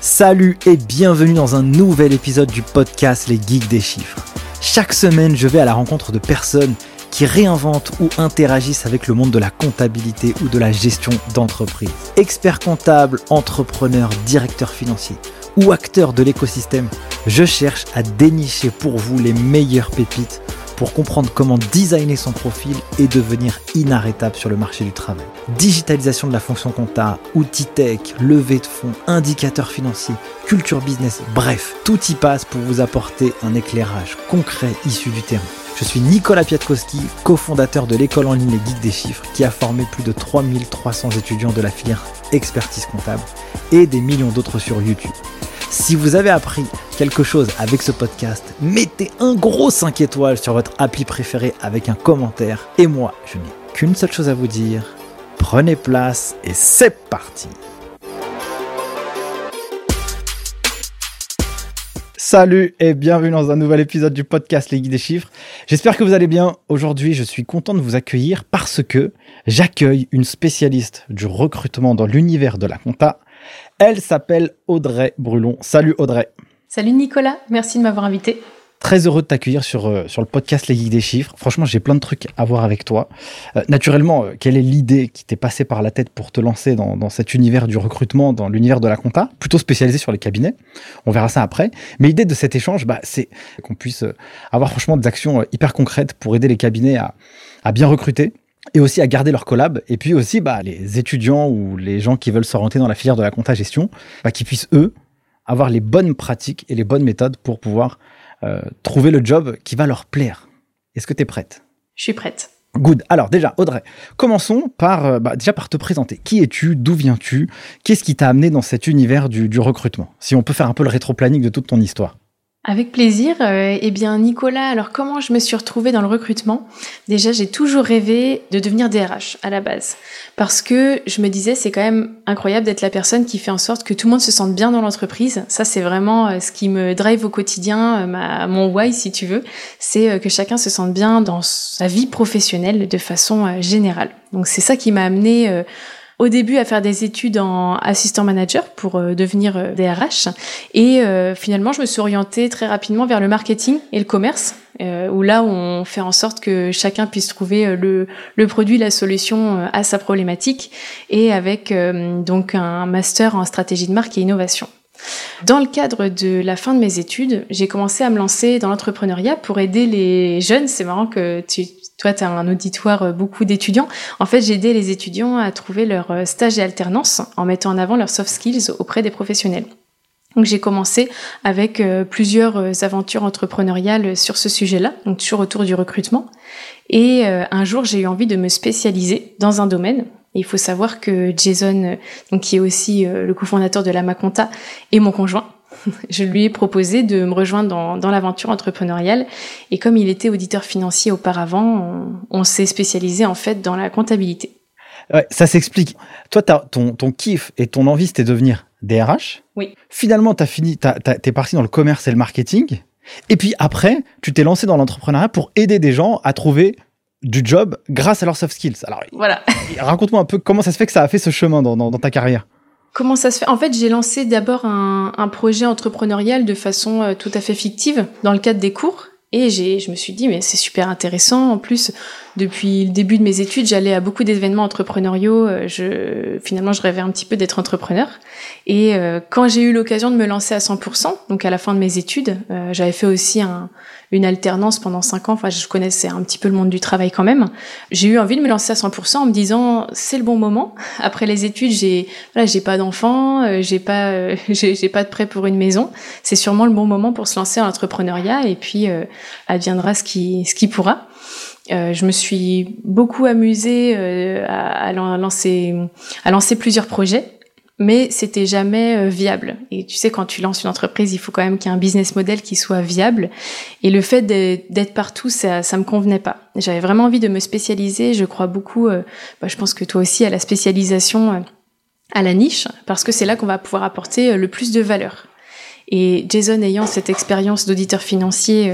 Salut et bienvenue dans un nouvel épisode du podcast Les Geeks des Chiffres. Chaque semaine, je vais à la rencontre de personnes qui réinventent ou interagissent avec le monde de la comptabilité ou de la gestion d'entreprise. Experts comptables, entrepreneurs, directeurs financiers ou acteurs de l'écosystème, je cherche à dénicher pour vous les meilleures pépites pour comprendre comment designer son profil et devenir inarrêtable sur le marché du travail. Digitalisation de la fonction compta, outils tech, levée de fonds, indicateurs financiers, culture business, bref, tout y passe pour vous apporter un éclairage concret issu du terrain. Je suis Nicolas Piatkowski, cofondateur de l'école en ligne Les Geeks des Chiffres, qui a formé plus de 3300 étudiants de la filière expertise comptable et des millions d'autres sur YouTube. Si vous avez appris quelque chose avec ce podcast, mettez un gros 5 étoiles sur votre appli préférée avec un commentaire. Et moi, je n'ai qu'une seule chose à vous dire. Prenez place et c'est parti! Salut et bienvenue dans un nouvel épisode du podcast Les Geeks des Chiffres. J'espère que vous allez bien. Aujourd'hui, je suis content de vous accueillir parce que j'accueille une spécialiste du recrutement dans l'univers de la compta. Elle s'appelle Audrey Brulon. Salut Audrey. Salut Nicolas, merci de m'avoir invité. Très heureux de t'accueillir sur le podcast Les Geeks des Chiffres. Franchement, j'ai plein de trucs à voir avec toi. Naturellement, quelle est l'idée qui t'est passée par la tête pour te lancer dans cet univers du recrutement, dans l'univers de la compta, plutôt spécialisé sur les cabinets? On verra ça après. Mais l'idée de cet échange, c'est qu'on puisse avoir franchement des actions hyper concrètes pour aider les cabinets à bien recruter et aussi à garder leur collab. Et puis aussi, les étudiants ou les gens qui veulent s'orienter dans la filière de la compta gestion, qui puissent, eux, avoir les bonnes pratiques et les bonnes méthodes pour pouvoir trouver le job qui va leur plaire. Est-ce que tu es prête? Je suis prête. Good. Alors déjà, Audrey, commençons par te présenter. Qui es-tu? D'où viens-tu? Qu'est-ce qui t'a amené dans cet univers du recrutement? Si on peut faire un peu le rétro-planning de toute ton histoire. Avec plaisir. Nicolas, alors comment je me suis retrouvée dans le recrutement? Déjà, j'ai toujours rêvé de devenir DRH à la base. Parce que je me disais, c'est quand même incroyable d'être la personne qui fait en sorte que tout le monde se sente bien dans l'entreprise. Ça, c'est vraiment ce qui me drive au quotidien, mon why, si tu veux. C'est que chacun se sente bien dans sa vie professionnelle de façon générale. Donc, c'est ça qui m'a amenée au début à faire des études en assistant manager pour devenir DRH et finalement je me suis orientée très rapidement vers le marketing et le commerce où là on fait en sorte que chacun puisse trouver le produit, la solution à sa problématique et avec donc un master en stratégie de marque et innovation. Dans le cadre de la fin de mes études, j'ai commencé à me lancer dans l'entrepreneuriat pour aider les jeunes. C'est marrant que toi, tu as un auditoire beaucoup d'étudiants. En fait, j'ai aidé les étudiants à trouver leur stage et alternance en mettant en avant leurs soft skills auprès des professionnels. Donc, j'ai commencé avec plusieurs aventures entrepreneuriales sur ce sujet-là, donc toujours autour du recrutement. Et un jour, j'ai eu envie de me spécialiser dans un domaine. Et il faut savoir que Jason, donc qui est aussi le cofondateur de Lamaconta, et mon conjoint, je lui ai proposé de me rejoindre dans l'aventure entrepreneuriale. Et comme il était auditeur financier auparavant, on s'est spécialisé en fait dans la comptabilité. Ouais, ça s'explique. Toi, ton kiff et ton envie, c'était de devenir DRH. Oui. Finalement, t'es parti dans le commerce et le marketing. Et puis après, tu t'es lancé dans l'entrepreneuriat pour aider des gens à trouver du job grâce à leurs soft skills. Alors, voilà. Raconte-moi un peu comment ça se fait que ça a fait ce chemin dans ta carrière. Comment ça se fait? En fait, j'ai lancé d'abord un projet entrepreneurial de façon tout à fait fictive dans le cadre des cours. Et je me suis dit, mais c'est super intéressant. En plus, depuis le début de mes études, j'allais à beaucoup d'événements entrepreneuriaux. Finalement, je rêvais un petit peu d'être entrepreneur. Et quand j'ai eu l'occasion de me lancer à 100%, donc à la fin de mes études, j'avais fait aussi une alternance pendant 5 ans. Enfin, je connaissais un petit peu le monde du travail quand même. J'ai eu envie de me lancer à 100% en me disant, c'est le bon moment. Après les études, j'ai pas d'enfants, j'ai pas de prêt pour une maison. C'est sûrement le bon moment pour se lancer en entrepreneuriat. Et puis, adviendra ce qui pourra. Je me suis beaucoup amusée à lancer plusieurs projets, mais c'était jamais viable. Et tu sais, quand tu lances une entreprise, il faut quand même qu'il y ait un business model qui soit viable. Et le fait d'être partout, ça me convenait pas. J'avais vraiment envie de me spécialiser. Je crois beaucoup, je pense que toi aussi, à la spécialisation, à la niche, parce que c'est là qu'on va pouvoir apporter le plus de valeur. Et Jason ayant cette expérience d'auditeur financier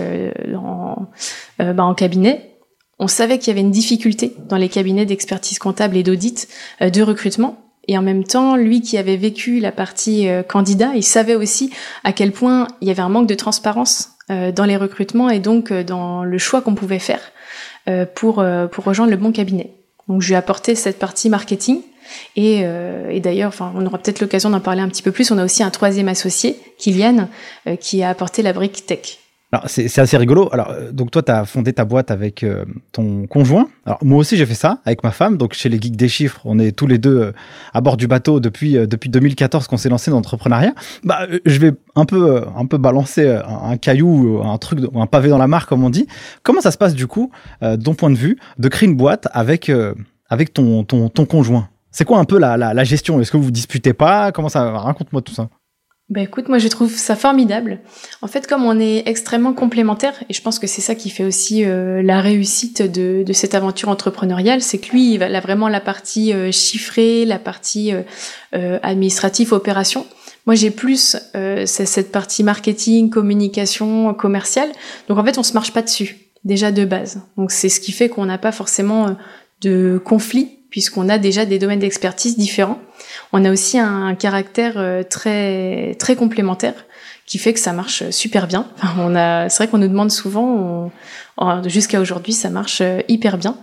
en cabinet, on savait qu'il y avait une difficulté dans les cabinets d'expertise comptable et d'audit de recrutement. Et en même temps, lui qui avait vécu la partie candidat, il savait aussi à quel point il y avait un manque de transparence dans les recrutements et donc dans le choix qu'on pouvait faire pour rejoindre le bon cabinet. Donc je lui ai apporté cette partie marketing et d'ailleurs, on aura peut-être l'occasion d'en parler un petit peu plus. On a aussi un troisième associé, Kylian, qui a apporté la brique tech. Alors, c'est assez rigolo. Alors, donc toi, tu as fondé ta boîte avec ton conjoint. Alors, moi aussi, j'ai fait ça avec ma femme. Donc, chez les Geeks des Chiffres, on est tous les deux à bord du bateau depuis 2014 qu'on s'est lancé dans l'entrepreneuriat. Je vais un peu balancer un caillou, un truc, un pavé dans la mare, comme on dit. Comment ça se passe, du coup, de ton point de vue, de créer une boîte avec ton conjoint? C'est quoi un peu la gestion? Est-ce que vous vous disputez pas? Comment ça? Raconte-moi tout ça. Écoute, moi je trouve ça formidable. En fait, comme on est extrêmement complémentaires, et je pense que c'est ça qui fait aussi la réussite de cette aventure entrepreneuriale, c'est que lui, il a vraiment la partie chiffrée, la partie administrative, opération. Moi, j'ai plus cette partie marketing, communication, commerciale. Donc en fait, on se marche pas dessus, déjà de base. Donc c'est ce qui fait qu'on n'a pas forcément de conflit, puisqu'on a déjà des domaines d'expertise différents. On a aussi un caractère très très complémentaire qui fait que ça marche super bien. C'est vrai qu'on nous demande souvent, jusqu'à aujourd'hui, ça marche hyper bien.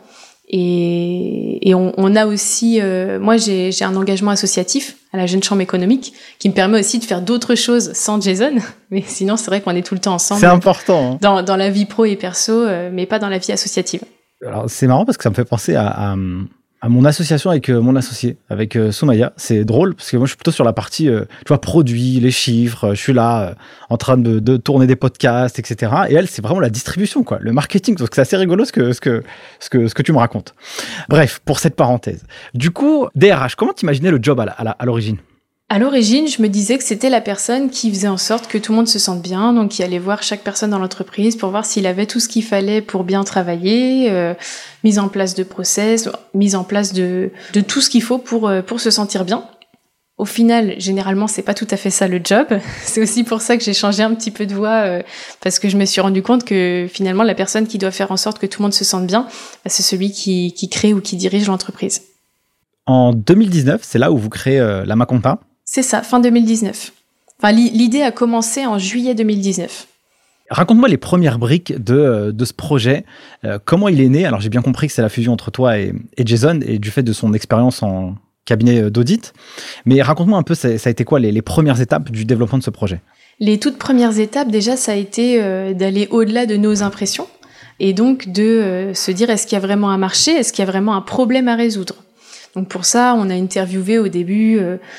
Et on a aussi, moi j'ai un engagement associatif à la Jeune Chambre économique qui me permet aussi de faire d'autres choses sans Jason. Mais sinon, c'est vrai qu'on est tout le temps ensemble. C'est important. Dans la vie pro et perso, mais pas dans la vie associative. Alors c'est marrant parce que ça me fait penser à mon association avec mon associé, avec Soumaya. C'est drôle parce que moi je suis plutôt sur la partie produits, les chiffres, je suis là en train de tourner des podcasts, etc. Et elle, c'est vraiment la distribution, quoi, le marketing. Donc c'est assez rigolo ce que tu me racontes. Bref, pour cette parenthèse. Du coup, DRH, comment t'imaginais le job à l'origine? À l'origine, je me disais que c'était la personne qui faisait en sorte que tout le monde se sente bien, donc qui allait voir chaque personne dans l'entreprise pour voir s'il avait tout ce qu'il fallait pour bien travailler, mise en place de process, mise en place de tout ce qu'il faut pour se sentir bien. Au final, généralement, c'est pas tout à fait ça le job. C'est aussi pour ça que j'ai changé un petit peu de voix, parce que je me suis rendu compte que finalement, la personne qui doit faire en sorte que tout le monde se sente bien, c'est celui qui crée ou qui dirige l'entreprise. En 2019, c'est là où vous créez la Maconta. C'est ça, fin 2019. L'idée a commencé en juillet 2019. Raconte-moi les premières briques de ce projet. Comment il est né? Alors, j'ai bien compris que c'est la fusion entre toi et Jason et du fait de son expérience en cabinet d'audit. Mais raconte-moi un peu, ça a été quoi les premières étapes du développement de ce projet? Les toutes premières étapes, déjà, ça a été d'aller au-delà de nos impressions et donc de se dire est-ce qu'il y a vraiment un marché? Est-ce qu'il y a vraiment un problème à résoudre? Donc pour ça, on a interviewé au début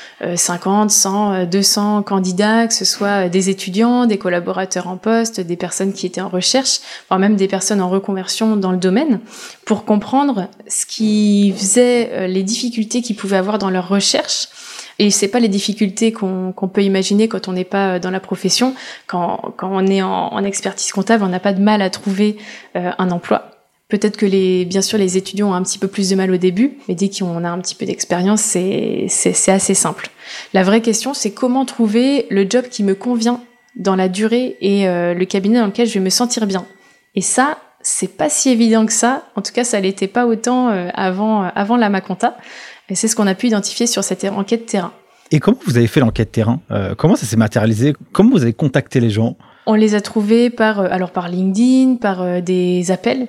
50, 100, 200 candidats, que ce soit des étudiants, des collaborateurs en poste, des personnes qui étaient en recherche, voire même des personnes en reconversion dans le domaine, pour comprendre ce qui faisait les difficultés qu'ils pouvaient avoir dans leur recherche. Et c'est pas les difficultés qu'on peut imaginer quand on n'est pas dans la profession. Quand on est en expertise comptable, on n'a pas de mal à trouver un emploi. Peut-être que bien sûr, les étudiants ont un petit peu plus de mal au début, mais dès qu'on a un petit peu d'expérience, c'est assez simple. La vraie question, c'est comment trouver le job qui me convient dans la durée et le cabinet dans lequel je vais me sentir bien. Et ça, c'est pas si évident que ça. En tout cas, ça l'était pas autant avant la Maconta. Et c'est ce qu'on a pu identifier sur cette enquête terrain. Et comment vous avez fait l'enquête terrain? Comment ça s'est matérialisé? Comment vous avez contacté les gens? On les a trouvés par LinkedIn, par des appels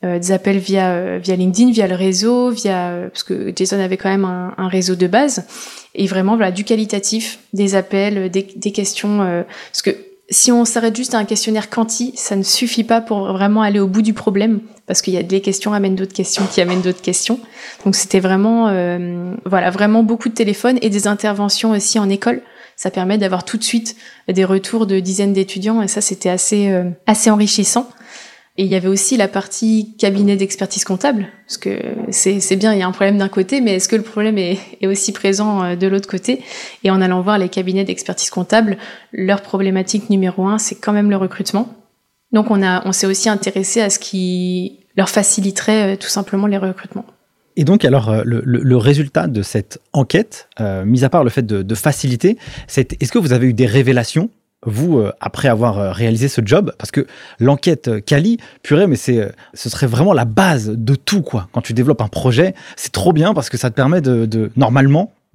via LinkedIn, via le réseau, parce que Jason avait quand même un réseau de base, et vraiment du qualitatif, des appels, des questions, parce que si on s'arrête juste à un questionnaire quanti, ça ne suffit pas pour vraiment aller au bout du problème, parce qu'il y a des questions amènent d'autres questions qui amènent d'autres questions. Donc c'était vraiment vraiment beaucoup de téléphones et des interventions aussi en école. Ça permet d'avoir tout de suite des retours de dizaines d'étudiants, et ça c'était assez enrichissant. Et il y avait aussi la partie cabinet d'expertise comptable, parce que c'est bien, il y a un problème d'un côté, mais est-ce que le problème est aussi présent de l'autre côté? Et en allant voir les cabinets d'expertise comptable, leur problématique numéro 1, c'est quand même le recrutement. Donc on s'est aussi intéressé à ce qui leur faciliterait tout simplement les recrutements. Et donc, alors, le résultat de cette enquête, mis à part le fait de faciliter, est-ce que vous avez eu des révélations, vous, après avoir réalisé ce job? Parce que l'enquête quali, purée, mais ce serait vraiment la base de tout, quoi. Quand tu développes un projet, c'est trop bien parce que ça te permet normalement,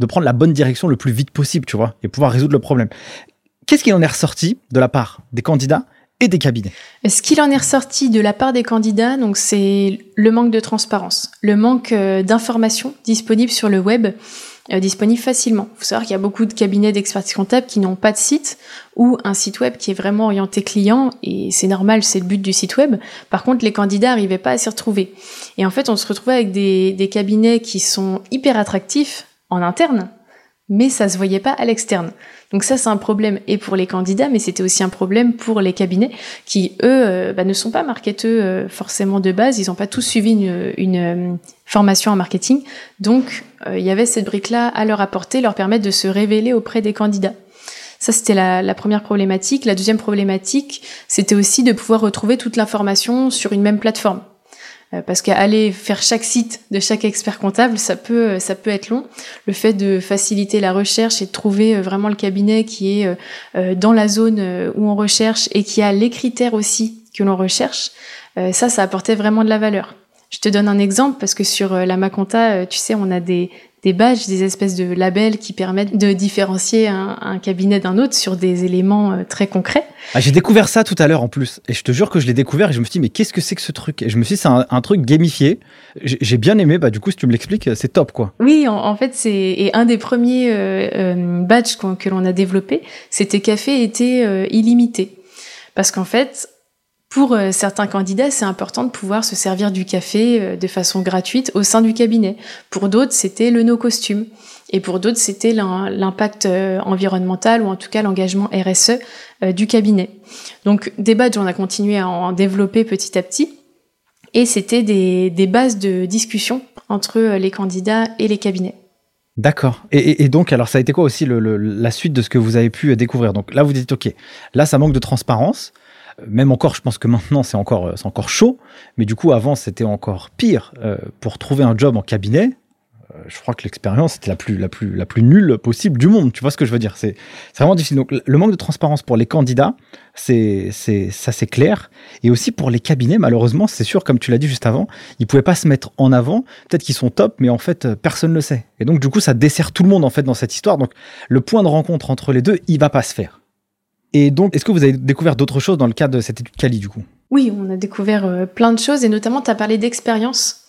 de prendre la bonne direction le plus vite possible, tu vois, et pouvoir résoudre le problème. Qu'est-ce qui en est ressorti de la part des candidats et des cabinets? Ce qu'il en est ressorti de la part des candidats, donc c'est le manque de transparence, le manque d'informations disponibles sur le web, disponibles facilement. Il faut savoir qu'il y a beaucoup de cabinets d'expertise comptable qui n'ont pas de site ou un site web qui est vraiment orienté client, et c'est normal, c'est le but du site web. Par contre, les candidats n'arrivaient pas à s'y retrouver. Et en fait, on se retrouvait avec des cabinets qui sont hyper attractifs en interne, mais ça se voyait pas à l'externe. Donc ça, c'est un problème et pour les candidats, mais c'était aussi un problème pour les cabinets qui, eux, ne sont pas marketeux forcément de base. Ils n'ont pas tous suivi une formation en marketing. Donc, il y avait cette brique-là à leur apporter, leur permettre de se révéler auprès des candidats. Ça, c'était la première problématique. La deuxième problématique, c'était aussi de pouvoir retrouver toute l'information sur une même plateforme. Parce qu'aller faire chaque site de chaque expert comptable, ça peut être long. Le fait de faciliter la recherche et de trouver vraiment le cabinet qui est dans la zone où on recherche et qui a les critères aussi que l'on recherche, ça apportait vraiment de la valeur. Je te donne un exemple parce que sur la Maconta, tu sais, on a des badges, des espèces de labels qui permettent de différencier un cabinet d'un autre sur des éléments très concrets. Ah, j'ai découvert ça tout à l'heure en plus, et je te jure que je l'ai découvert et je me suis dit mais qu'est-ce que c'est que ce truc? Et je me suis dit c'est un truc gamifié, j'ai bien aimé, du coup si tu me l'expliques c'est top quoi. Oui, en fait c'est un des premiers badges que l'on a développé, c'était café été illimité. Parce qu'en fait, pour certains candidats, c'est important de pouvoir se servir du café de façon gratuite au sein du cabinet. Pour d'autres, c'était le no-costume. Et pour d'autres, c'était l'impact environnemental ou en tout cas l'engagement RSE du cabinet. Donc des badges, on a continué à en développer petit à petit. Et c'était des bases de discussion entre les candidats et les cabinets. D'accord. Et donc, alors ça a été quoi aussi la suite de ce que vous avez pu découvrir? Donc là, vous dites, OK, là, ça manque de transparence. Même encore, je pense que maintenant, c'est encore chaud. Mais du coup, avant, c'était encore pire. Pour trouver un job en cabinet, je crois que l'expérience était la plus nulle possible du monde. Tu vois ce que je veux dire? C'est vraiment difficile. Donc, le manque de transparence pour les candidats, c'est clair. Et aussi pour les cabinets, malheureusement, c'est sûr, comme tu l'as dit juste avant, ils pouvaient pas se mettre en avant. Peut-être qu'ils sont top, mais en fait, personne ne le sait. Et donc, du coup, ça dessert tout le monde, en fait, dans cette histoire. Donc, le point de rencontre entre les deux, il va pas se faire. Et donc, est-ce que vous avez découvert d'autres choses dans le cadre de cette étude Quali, du coup? Oui, on a découvert plein de choses, et notamment, tu as parlé d'expérience.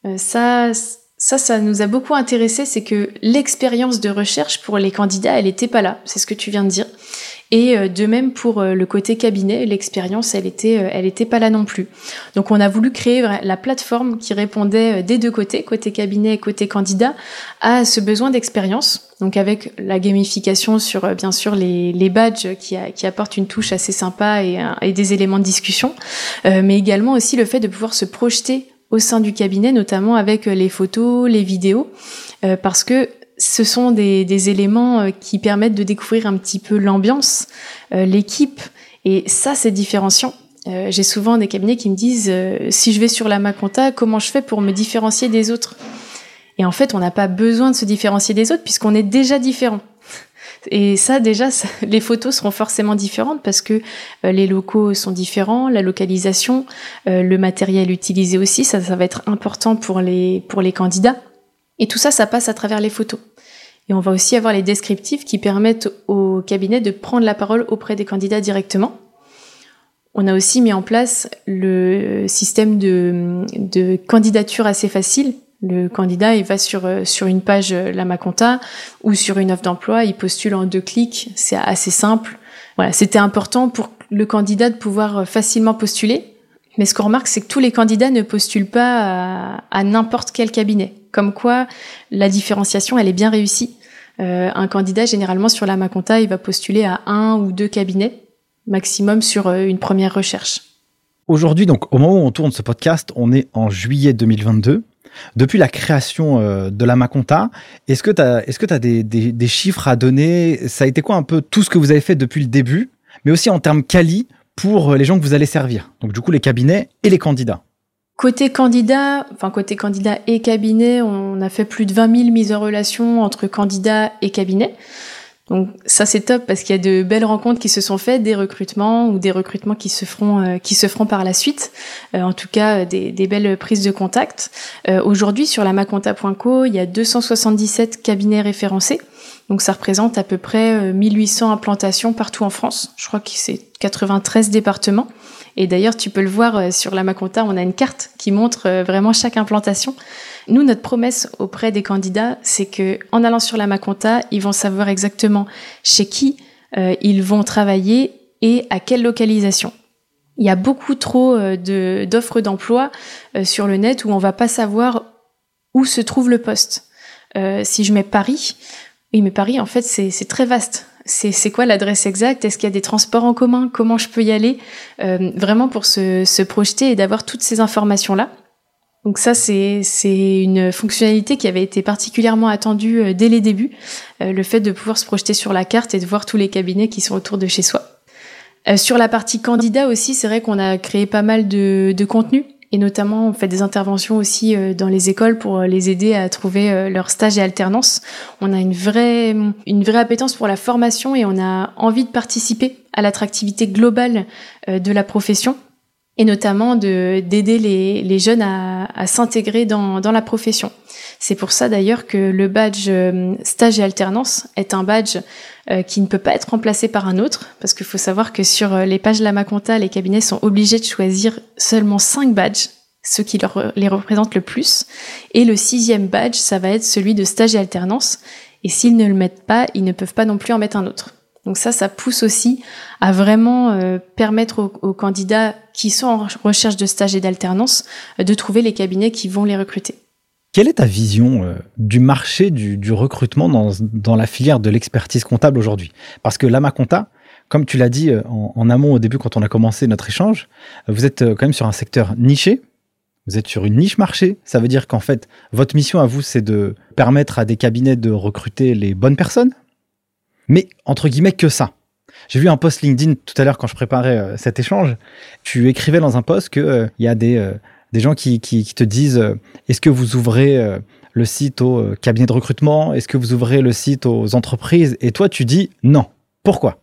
Ça nous a beaucoup intéressé, c'est que l'expérience de recherche pour les candidats, elle n'était pas là, c'est ce que tu viens de dire. Et de même pour le côté cabinet, l'expérience, elle était pas là non plus. Donc on a voulu créer la plateforme qui répondait des deux côtés, côté cabinet et côté candidat, à ce besoin d'expérience. Donc avec la gamification sur bien sûr les badges qui apportent une touche assez sympa et des éléments de discussion, mais également aussi le fait de pouvoir se projeter au sein du cabinet, notamment avec les photos, les vidéos, parce que ce sont des éléments qui permettent de découvrir un petit peu l'ambiance, l'équipe, et ça, c'est différenciant. J'ai souvent des cabinets qui me disent si je vais sur la Maconta, comment je fais pour me différencier des autres? Et en fait, on n'a pas besoin de se différencier des autres puisqu'on est déjà différent. Et ça, déjà, les photos seront forcément différentes parce que les locaux sont différents, la localisation, le matériel utilisé aussi, ça va être important pour les candidats. Et tout ça, ça passe à travers les photos. Et on va aussi avoir les descriptifs qui permettent au cabinet de prendre la parole auprès des candidats directement. On a aussi mis en place le système de candidature assez facile. Le candidat, il va sur une page La Maconta ou sur une offre d'emploi, il postule en 2 clics, c'est assez simple. Voilà, c'était important pour le candidat de pouvoir facilement postuler. Mais ce qu'on remarque, c'est que tous les candidats ne postulent pas à n'importe quel cabinet. Comme quoi, la différenciation, elle est bien réussie. Un candidat, généralement, sur la Maconta, il va postuler à 1 ou 2 cabinets, maximum sur une première recherche. Aujourd'hui, donc, au moment où on tourne ce podcast, on est en juillet 2022. Depuis la création de la Maconta, est-ce que tu as des chiffres à donner? Ça a été quoi un peu tout ce que vous avez fait depuis le début, mais aussi en termes quali pour les gens que vous allez servir? Donc du coup, les cabinets et les candidats. Côté candidat et cabinet, on a fait plus de 20 000 mises en relation entre candidats et cabinets. Donc ça c'est top parce qu'il y a de belles rencontres qui se sont faites, des recrutements ou des recrutements qui se feront par la suite. En tout cas, des belles prises de contact. Aujourd'hui, sur la maconta.co, il y a 277 cabinets référencés. Donc ça représente à peu près 1800 implantations partout en France. Je crois que c'est 93 départements. Et d'ailleurs, tu peux le voir sur la Maconta, on a une carte qui montre vraiment chaque implantation. Nous, notre promesse auprès des candidats, c'est que en allant sur la Maconta, ils vont savoir exactement chez qui ils vont travailler et à quelle localisation. Il y a beaucoup trop d'offres d'emploi sur le net où on va pas savoir où se trouve le poste. Si je mets Paris, oui, mais Paris, en fait, c'est très vaste. C'est quoi l'adresse exacte? Est-ce qu'il y a des transports en commun? Comment je peux y aller? Vraiment pour se projeter et d'avoir toutes ces informations-là. Donc ça, c'est une fonctionnalité qui avait été particulièrement attendue dès les débuts. Le fait de pouvoir se projeter sur la carte et de voir tous les cabinets qui sont autour de chez soi. Sur la partie candidat aussi, c'est vrai qu'on a créé pas mal de contenu. Et notamment, on fait des interventions aussi dans les écoles pour les aider à trouver leur stage et alternance. On a une vraie appétence pour la formation et on a envie de participer à l'attractivité globale de la profession et notamment d'aider les jeunes à s'intégrer dans la profession. C'est pour ça d'ailleurs que le badge stage et alternance est un badge qui ne peut pas être remplacé par un autre, parce qu'il faut savoir que sur les pages de la Maconta, les cabinets sont obligés de choisir seulement 5 badges, ceux qui les représentent le plus, et le 6e badge, ça va être celui de stage et alternance, et s'ils ne le mettent pas, ils ne peuvent pas non plus en mettre un autre. Donc ça pousse aussi à vraiment permettre aux candidats qui sont en recherche de stage et d'alternance de trouver les cabinets qui vont les recruter. Quelle est ta vision du marché du recrutement dans la filière de l'expertise comptable aujourd'hui? Parce que la Maconta, comme tu l'as dit en amont au début quand on a commencé notre échange, vous êtes quand même sur un secteur niché, vous êtes sur une niche marché. Ça veut dire qu'en fait, votre mission à vous, c'est de permettre à des cabinets de recruter les bonnes personnes, mais entre guillemets que ça. J'ai vu un post LinkedIn tout à l'heure quand je préparais cet échange. Tu écrivais dans un post qu'il y a des gens qui te disent est-ce que vous ouvrez le site aux cabinets de recrutement? Est-ce que vous ouvrez le site aux entreprises? Et toi, tu dis non. Pourquoi?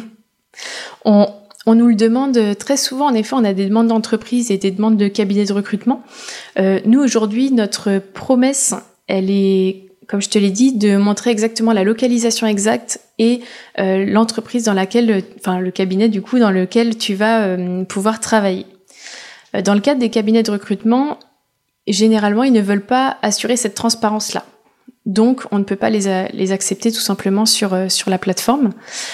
On nous le demande très souvent. En effet, on a des demandes d'entreprises et des demandes de cabinets de recrutement. Nous, aujourd'hui, notre promesse, elle est, comme je te l'ai dit, de montrer exactement la localisation exacte et l'entreprise dans laquelle, le cabinet du coup dans lequel tu vas pouvoir travailler. Dans le cadre des cabinets de recrutement, généralement, ils ne veulent pas assurer cette transparence-là. Donc, on ne peut pas les accepter tout simplement sur la plateforme.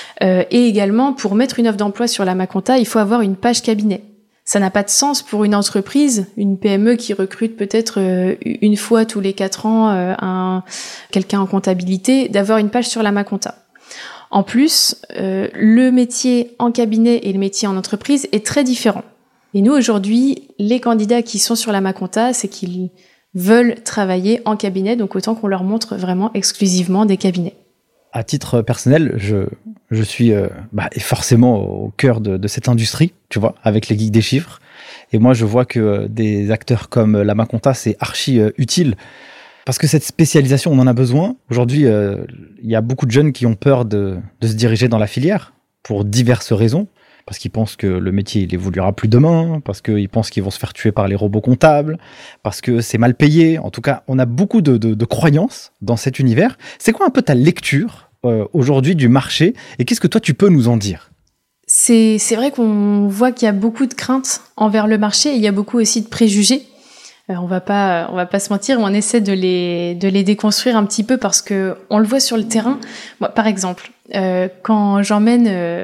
Et également, pour mettre une offre d'emploi sur la Maconta, il faut avoir une page cabinet. Ça n'a pas de sens pour une entreprise, une PME qui recrute peut-être une fois tous les 4 ans quelqu'un en comptabilité, d'avoir une page sur la Maconta. En plus, le métier en cabinet et le métier en entreprise est très différent. Et nous, aujourd'hui, les candidats qui sont sur la Maconta, c'est qu'ils veulent travailler en cabinet, donc autant qu'on leur montre vraiment exclusivement des cabinets. À titre personnel, je suis forcément au cœur de cette industrie, tu vois, avec les geeks des chiffres. Et moi, je vois que des acteurs comme la Maconta, c'est archi utile. Parce que cette spécialisation, on en a besoin. Aujourd'hui, il y a beaucoup de jeunes qui ont peur de se diriger dans la filière pour diverses raisons. Parce qu'ils pensent que le métier, il évoluera plus demain, parce qu'ils pensent qu'ils vont se faire tuer par les robots comptables, parce que c'est mal payé. En tout cas, on a beaucoup de croyances dans cet univers. C'est quoi un peu ta lecture aujourd'hui du marché et qu'est-ce que toi, tu peux nous en dire? C'est vrai qu'on voit qu'il y a beaucoup de craintes envers le marché et il y a beaucoup aussi de préjugés. On va pas se mentir, on essaie de les déconstruire un petit peu parce que on le voit sur le terrain. Moi, par exemple, quand j'emmène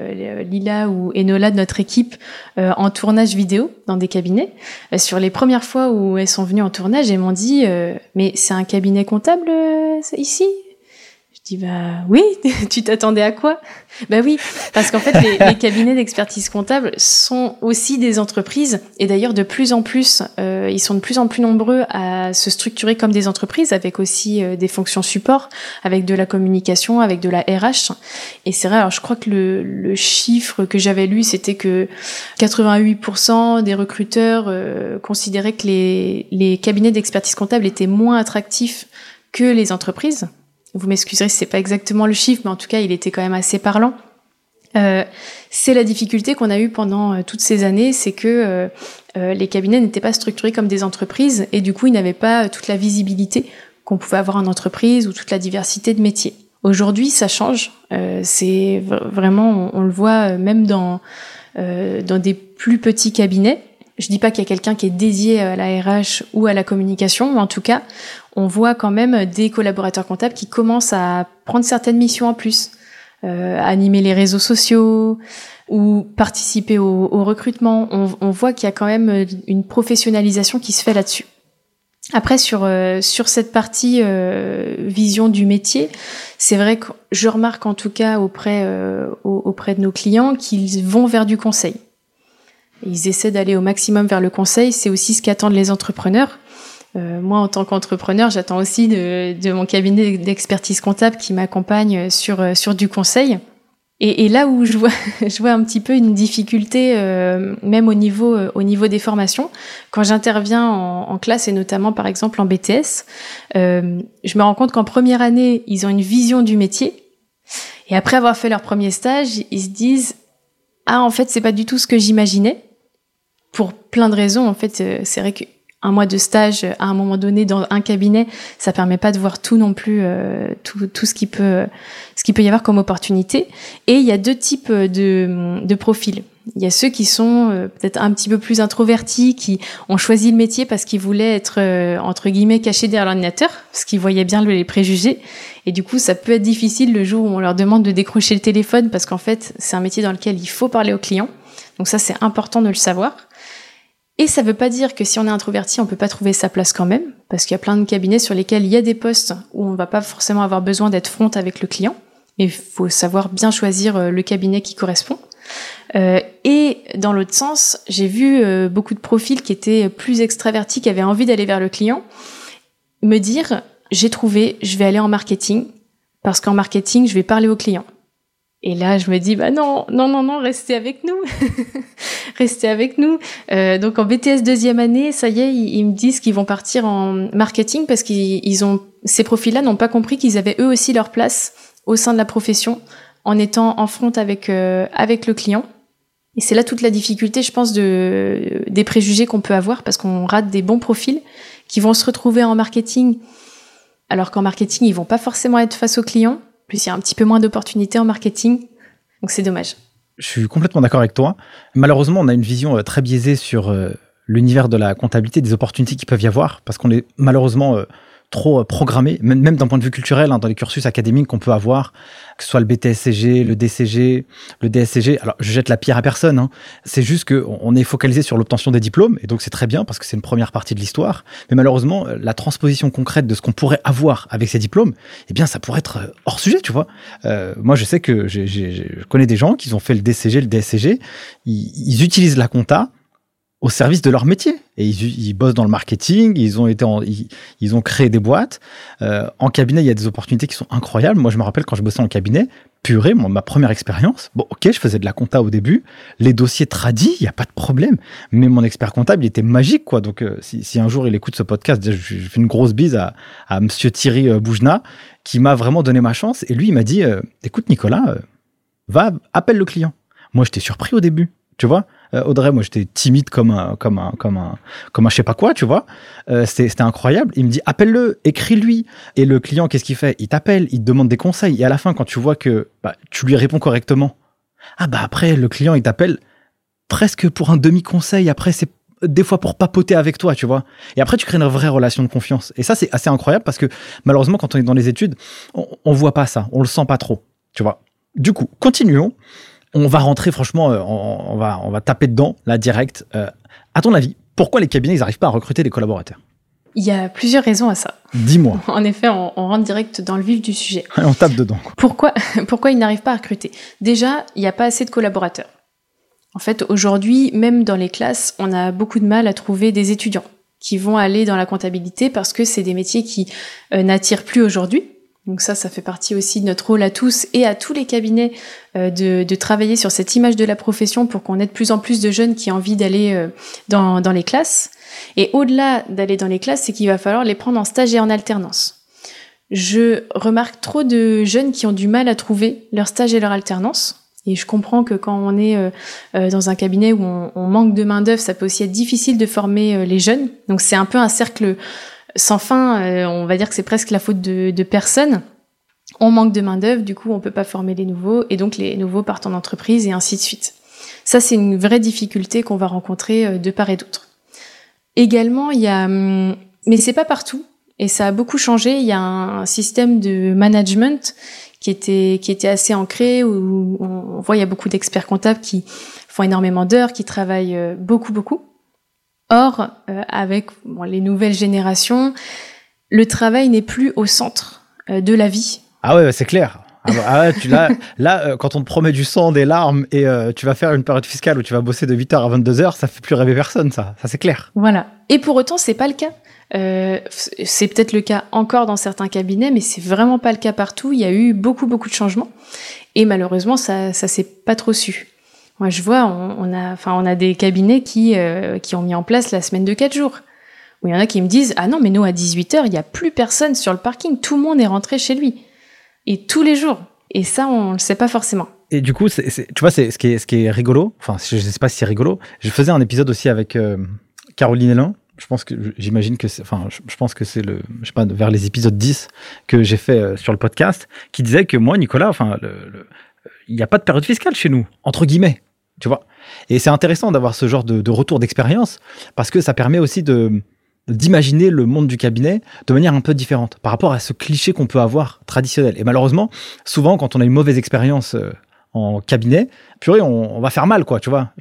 Lila ou Enola de notre équipe en tournage vidéo dans des cabinets, sur les premières fois où elles sont venues en tournage, elles m'ont dit mais c'est un cabinet comptable ici? Je dis oui, tu t'attendais à quoi? Oui, parce qu'en fait les cabinets d'expertise comptable sont aussi des entreprises et d'ailleurs de plus en plus ils sont de plus en plus nombreux à se structurer comme des entreprises avec aussi des fonctions support, avec de la communication, avec de la RH. Et c'est vrai, alors je crois que le chiffre que j'avais lu, c'était que 88% des recruteurs considéraient que les cabinets d'expertise comptable étaient moins attractifs que les entreprises. vous m'excuserez si c'est pas exactement le chiffre, mais en tout cas, il était quand même assez parlant. C'est la difficulté qu'on a eue pendant toutes ces années, c'est que les cabinets n'étaient pas structurés comme des entreprises et du coup, ils n'avaient pas toute la visibilité qu'on pouvait avoir en entreprise ou toute la diversité de métiers. Aujourd'hui, ça change. C'est vraiment, on le voit même dans des plus petits cabinets. Je dis pas qu'il y a quelqu'un qui est dédié à la RH ou à la communication, mais en tout cas, on voit quand même des collaborateurs comptables qui commencent à prendre certaines missions en plus. Animer les réseaux sociaux ou participer au recrutement. On voit qu'il y a quand même une professionnalisation qui se fait là-dessus. Après, sur cette partie vision du métier, c'est vrai que je remarque en tout cas auprès de nos clients qu'ils vont vers du conseil. Ils essaient d'aller au maximum vers le conseil. C'est aussi ce qu'attendent les entrepreneurs. Moi, en tant qu'entrepreneur, j'attends aussi de mon cabinet d'expertise comptable qui m'accompagne sur du conseil. Et là où je vois un petit peu une difficulté, même au niveau des formations, quand j'interviens en classe et notamment par exemple en BTS, je me rends compte qu'en première année, ils ont une vision du métier. Et après avoir fait leur premier stage, ils se disent « Ah, en fait, c'est pas du tout ce que j'imaginais ». Pour plein de raisons, en fait, c'est vrai qu'un mois de stage à un moment donné dans un cabinet, ça permet pas de voir tout non plus, tout ce qui peut y avoir comme opportunité. Et il y a deux types de profils. Il y a ceux qui sont peut-être un petit peu plus introvertis, qui ont choisi le métier parce qu'ils voulaient être entre guillemets cachés derrière l'ordinateur, parce qu'ils voyaient bien les préjugés. Et du coup, ça peut être difficile le jour où on leur demande de décrocher le téléphone, parce qu'en fait, c'est un métier dans lequel il faut parler aux clients. Donc ça, c'est important de le savoir. Et ça veut pas dire que si on est introverti, on peut pas trouver sa place quand même, parce qu'il y a plein de cabinets sur lesquels il y a des postes où on va pas forcément avoir besoin d'être front avec le client. Mais il faut savoir bien choisir le cabinet qui correspond. Et dans l'autre sens, j'ai vu beaucoup de profils qui étaient plus extravertis, qui avaient envie d'aller vers le client, me dire « j'ai trouvé, je vais aller en marketing, parce qu'en marketing, je vais parler au client ». Et là, je me dis, bah non, restez avec nous. Restez avec nous. Donc, en BTS deuxième année, ça y est, ils me disent qu'ils vont partir en marketing parce ces profils-là n'ont pas compris qu'ils avaient eux aussi leur place au sein de la profession en étant en front avec le client. Et c'est là toute la difficulté, je pense, des préjugés qu'on peut avoir parce qu'on rate des bons profils qui vont se retrouver en marketing, alors qu'en marketing, ils vont pas forcément être face aux clients. Plus il y a un petit peu moins d'opportunités en marketing, donc c'est dommage. Je suis complètement d'accord avec toi. Malheureusement, on a une vision très biaisée sur l'univers de la comptabilité, des opportunités qui peuvent y avoir, parce qu'on est malheureusement trop programmé, même d'un point de vue culturel, dans les cursus académiques qu'on peut avoir, que ce soit le BTSCG, le DCG, le DSCG. Alors, je jette la pierre à personne. C'est juste qu'on est focalisé sur l'obtention des diplômes, et donc c'est très bien parce que c'est une première partie de l'histoire. Mais malheureusement, la transposition concrète de ce qu'on pourrait avoir avec ces diplômes, eh bien, ça pourrait être hors sujet, tu vois. Moi, je sais que je connais des gens qui ont fait le DCG, le DSCG. Ils utilisent la compta au service de leur métier. Et ils bossent dans le marketing, ils ont créé des boîtes. En cabinet, il y a des opportunités qui sont incroyables. Moi, je me rappelle quand je bossais en cabinet, purée, ma première expérience, bon, ok, je faisais de la compta au début, les dossiers tradis, il n'y a pas de problème. Mais mon expert comptable, il était magique, quoi. Donc, si un jour il écoute ce podcast, je fais une grosse bise à monsieur Thierry Boujna, qui m'a vraiment donné ma chance. Et lui, il m'a dit, écoute, Nicolas, appelle le client. Moi, j'étais surpris au début, tu vois. Audrey, moi j'étais timide comme un je sais pas quoi, tu vois. C'était incroyable. Il me dit appelle-le, écris-lui. Et le client, qu'est-ce qu'il fait? Il t'appelle, il te demande des conseils. Et à la fin, quand tu vois que tu lui réponds correctement, après le client il t'appelle presque pour un demi-conseil. Après c'est des fois pour papoter avec toi, tu vois. Et après tu crées une vraie relation de confiance. Et ça c'est assez incroyable parce que malheureusement quand on est dans les études, on voit pas ça, on le sent pas trop, tu vois. Du coup, continuons. On va rentrer, franchement, on va taper dedans, là, direct. À ton avis, pourquoi les cabinets, ils n'arrivent pas à recruter des collaborateurs? Il y a plusieurs raisons à ça. Dis-moi. En effet, on rentre direct dans le vif du sujet. On tape dedans, quoi. Pourquoi ils n'arrivent pas à recruter? Déjà, il n'y a pas assez de collaborateurs. En fait, aujourd'hui, même dans les classes, on a beaucoup de mal à trouver des étudiants qui vont aller dans la comptabilité parce que c'est des métiers qui n'attirent plus aujourd'hui. Donc ça fait partie aussi de notre rôle à tous et à tous les cabinets de travailler sur cette image de la profession pour qu'on ait de plus en plus de jeunes qui ont envie d'aller dans les classes. Et au-delà d'aller dans les classes, c'est qu'il va falloir les prendre en stage et en alternance. Je remarque trop de jeunes qui ont du mal à trouver leur stage et leur alternance. Et je comprends que quand on est dans un cabinet où on manque de main-d'œuvre, ça peut aussi être difficile de former les jeunes. Donc c'est un peu un cercle sans fin. On va dire que c'est presque la faute de personne. On manque de main-d'œuvre, du coup on peut pas former les nouveaux, et donc les nouveaux partent en entreprise et ainsi de suite. Ça, c'est une vraie difficulté qu'on va rencontrer de part et d'autre. Également, il y a, mais c'est pas partout, et ça a beaucoup changé. Il y a un système de management qui était assez ancré, où on voit il y a beaucoup d'experts comptables qui font énormément d'heures, qui travaillent beaucoup. Or, avec les nouvelles générations, le travail n'est plus au centre de la vie. Ah ouais, c'est clair. Ah ouais, là, quand on te promet du sang, des larmes, et tu vas faire une période fiscale où tu vas bosser de 8h à 22h, ça fait plus rêver personne, ça c'est clair. Voilà. Et pour autant, c'est pas le cas. C'est peut-être le cas encore dans certains cabinets, mais c'est vraiment pas le cas partout. Il y a eu beaucoup de changements, et malheureusement, ça s'est pas trop su. Moi, je vois, on a des cabinets qui ont mis en place la semaine de 4 jours. Où il y en a qui me disent « Ah non, mais nous, à 18h, il n'y a plus personne sur le parking. Tout le monde est rentré chez lui. » Et tous les jours. Et ça, on le sait pas forcément. Et du coup, tu vois, c'est ce qui est rigolo. Enfin, je sais pas si c'est rigolo. Je faisais un épisode aussi avec Caroline Hélin. Je pense que c'est vers les épisodes 10 que j'ai fait sur le podcast, qui disait que moi, Nicolas, il n'y a pas de période fiscale chez nous, entre guillemets, tu vois. Et c'est intéressant d'avoir ce genre de retour d'expérience, parce que ça permet aussi d'imaginer le monde du cabinet de manière un peu différente par rapport à ce cliché qu'on peut avoir traditionnel. Et malheureusement, souvent, quand on a une mauvaise expérience en cabinet, purée, on va faire mal, quoi, tu vois.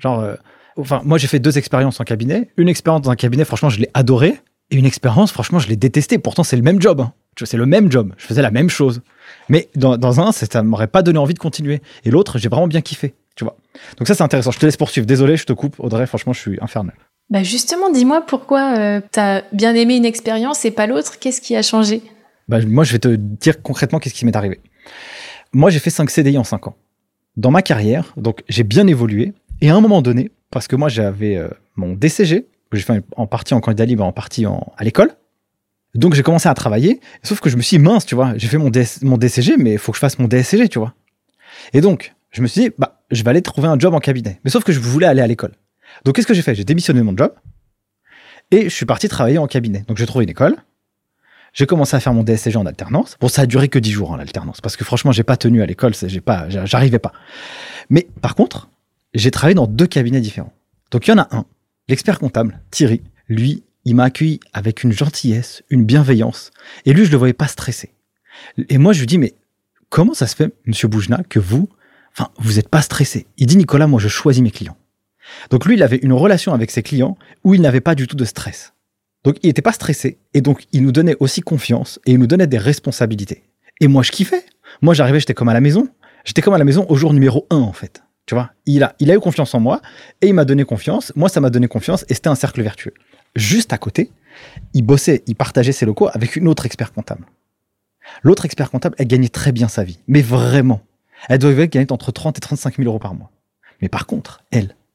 Moi, j'ai fait 2 expériences en cabinet. Une expérience dans un cabinet, franchement, je l'ai adoré. Et une expérience, franchement, je l'ai détesté. Pourtant, c'est le même job. Hein. C'est le même job. Je faisais la même chose. Mais dans un, ça m'aurait pas donné envie de continuer. Et l'autre, j'ai vraiment bien kiffé, tu vois. Donc ça, c'est intéressant. Je te laisse poursuivre. Désolé, je te coupe. Audrey, franchement, je suis infernal. Bah justement, dis-moi pourquoi t'as bien aimé une expérience et pas l'autre. Qu'est-ce qui a changé ? Moi, je vais te dire concrètement qu'est-ce qui m'est arrivé. Moi, j'ai fait 5 CDI en 5 ans. Dans ma carrière, donc j'ai bien évolué. Et à un moment donné, parce que moi, j'avais mon DCG, que j'ai fait en partie en candidat libre, en partie à l'école. Donc, j'ai commencé à travailler. Sauf que je me suis dit, mince, tu vois, j'ai fait mon DCG, mais il faut que je fasse mon DSCG, tu vois. Et donc, je me suis dit, je vais aller trouver un job en cabinet. Mais sauf que je voulais aller à l'école. Donc, qu'est-ce que j'ai fait ? J'ai démissionné de mon job et je suis parti travailler en cabinet. Donc, j'ai trouvé une école. J'ai commencé à faire mon DSCG en alternance. Bon, ça a duré que 10 jours, l'alternance, parce que franchement, j'ai pas tenu à l'école, j'arrivais pas. Mais par contre, j'ai travaillé dans 2 cabinets différents. Donc, il y en a un, l'expert comptable, Thierry. Lui, il m'a accueilli avec une gentillesse, une bienveillance. Et lui, je le voyais pas stressé. Et moi, je lui dis, mais comment ça se fait, monsieur Boujna, que vous êtes pas stressé ? Il dit, Nicolas, moi, je choisis mes clients. Donc lui, il avait une relation avec ses clients où il n'avait pas du tout de stress. Donc il n'était pas stressé, et donc il nous donnait aussi confiance, et il nous donnait des responsabilités. Et moi, je kiffais. Moi, j'arrivais, j'étais comme à la maison. J'étais comme à la maison au jour numéro 1, en fait. Tu vois, il a eu confiance en moi, et il m'a donné confiance. Moi, ça m'a donné confiance, et c'était un cercle vertueux. Juste à côté, il partageait ses locaux avec une autre expert comptable. L'autre expert comptable, elle gagnait très bien sa vie. Mais vraiment. Elle devait gagner entre 30 et 35 000 euros par mois. Mais par contre,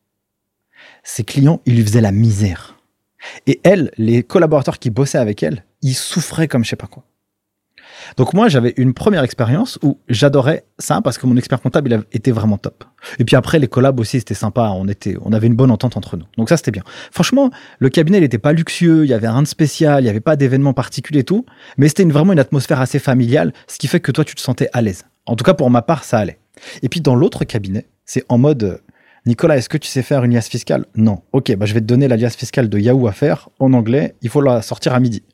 ses clients, ils lui faisaient la misère. Et les collaborateurs qui bossaient avec elle, ils souffraient comme je sais pas quoi. Donc moi, j'avais une première expérience où j'adorais ça parce que mon expert comptable, il était vraiment top. Et puis après, les collabs aussi, c'était sympa. On avait une bonne entente entre nous. Donc ça, c'était bien. Franchement, le cabinet, il n'était pas luxueux, il y avait rien de spécial, il n'y avait pas d'événements particuliers et tout. Mais c'était vraiment une atmosphère assez familiale, ce qui fait que toi, tu te sentais à l'aise. En tout cas, pour ma part, ça allait. Et puis dans l'autre cabinet, c'est en mode... Nicolas, est-ce que tu sais faire une liasse fiscale ? Non. Ok, je vais te donner la liasse fiscale de Yahoo à faire en anglais. Il faut la sortir à midi.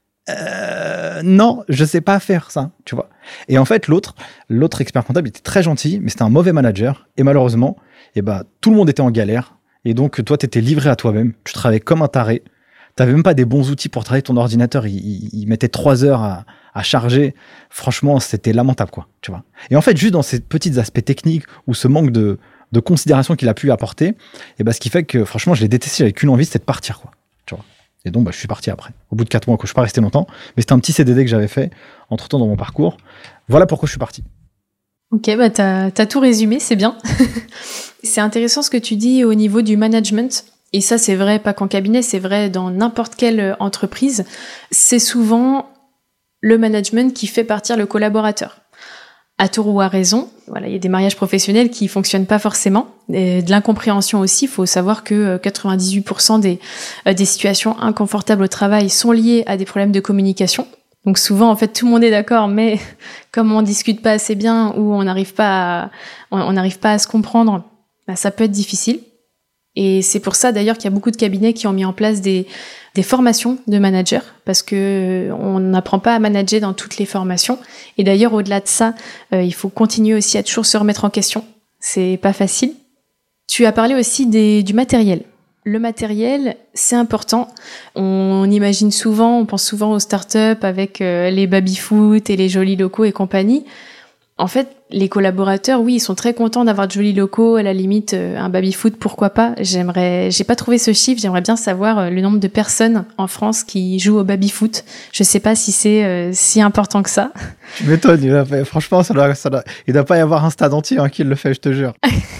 Non, je sais pas faire ça, tu vois. Et en fait, l'autre expert comptable était très gentil, mais c'était un mauvais manager. Et malheureusement, tout le monde était en galère. Et donc, toi, t'étais livré à toi-même. Tu travaillais comme un taré. T'avais même pas des bons outils pour travailler ton ordinateur. Il mettait 3 heures à charger. Franchement, c'était lamentable, quoi, tu vois. Et en fait, juste dans ces petits aspects techniques ou ce manque de considération qu'il a pu apporter, ce qui fait que franchement je l'ai détesté, j'avais qu'une envie, c'était de partir, quoi, tu vois. Et donc je suis parti après, au bout de 4 mois, je suis pas resté longtemps, mais c'était un petit CDD que j'avais fait entre temps dans mon parcours. Voilà pourquoi je suis parti. Ok, t'as tout résumé, c'est bien. C'est intéressant ce que tu dis au niveau du management, et ça c'est vrai pas qu'en cabinet, c'est vrai dans n'importe quelle entreprise. C'est souvent le management qui fait partir le collaborateur. À tort ou à raison, voilà, il y a des mariages professionnels qui fonctionnent pas forcément, et de l'incompréhension aussi. Il faut savoir que 98% des situations inconfortables au travail sont liées à des problèmes de communication. Donc souvent, en fait, tout le monde est d'accord, mais comme on discute pas assez bien ou on n'arrive pas à se comprendre, bah, ça peut être difficile. Et c'est pour ça d'ailleurs qu'il y a beaucoup de cabinets qui ont mis en place des formations de managers, parce que on n'apprend pas à manager dans toutes les formations. Et d'ailleurs, au-delà de ça, il faut continuer aussi à toujours se remettre en question. C'est pas facile. Tu as parlé aussi du matériel. Le matériel, c'est important. On imagine souvent, on pense souvent aux startups avec les baby-foot et les jolis locaux et compagnie. En fait, les collaborateurs, oui, ils sont très contents d'avoir de jolis locaux, à la limite, un baby-foot, pourquoi pas. J'ai pas trouvé ce chiffre, j'aimerais bien savoir le nombre de personnes en France qui jouent au baby-foot. Je sais pas si c'est si important que ça. Tu m'étonnes, franchement, il doit pas y avoir un stade entier qui le fait, je te jure.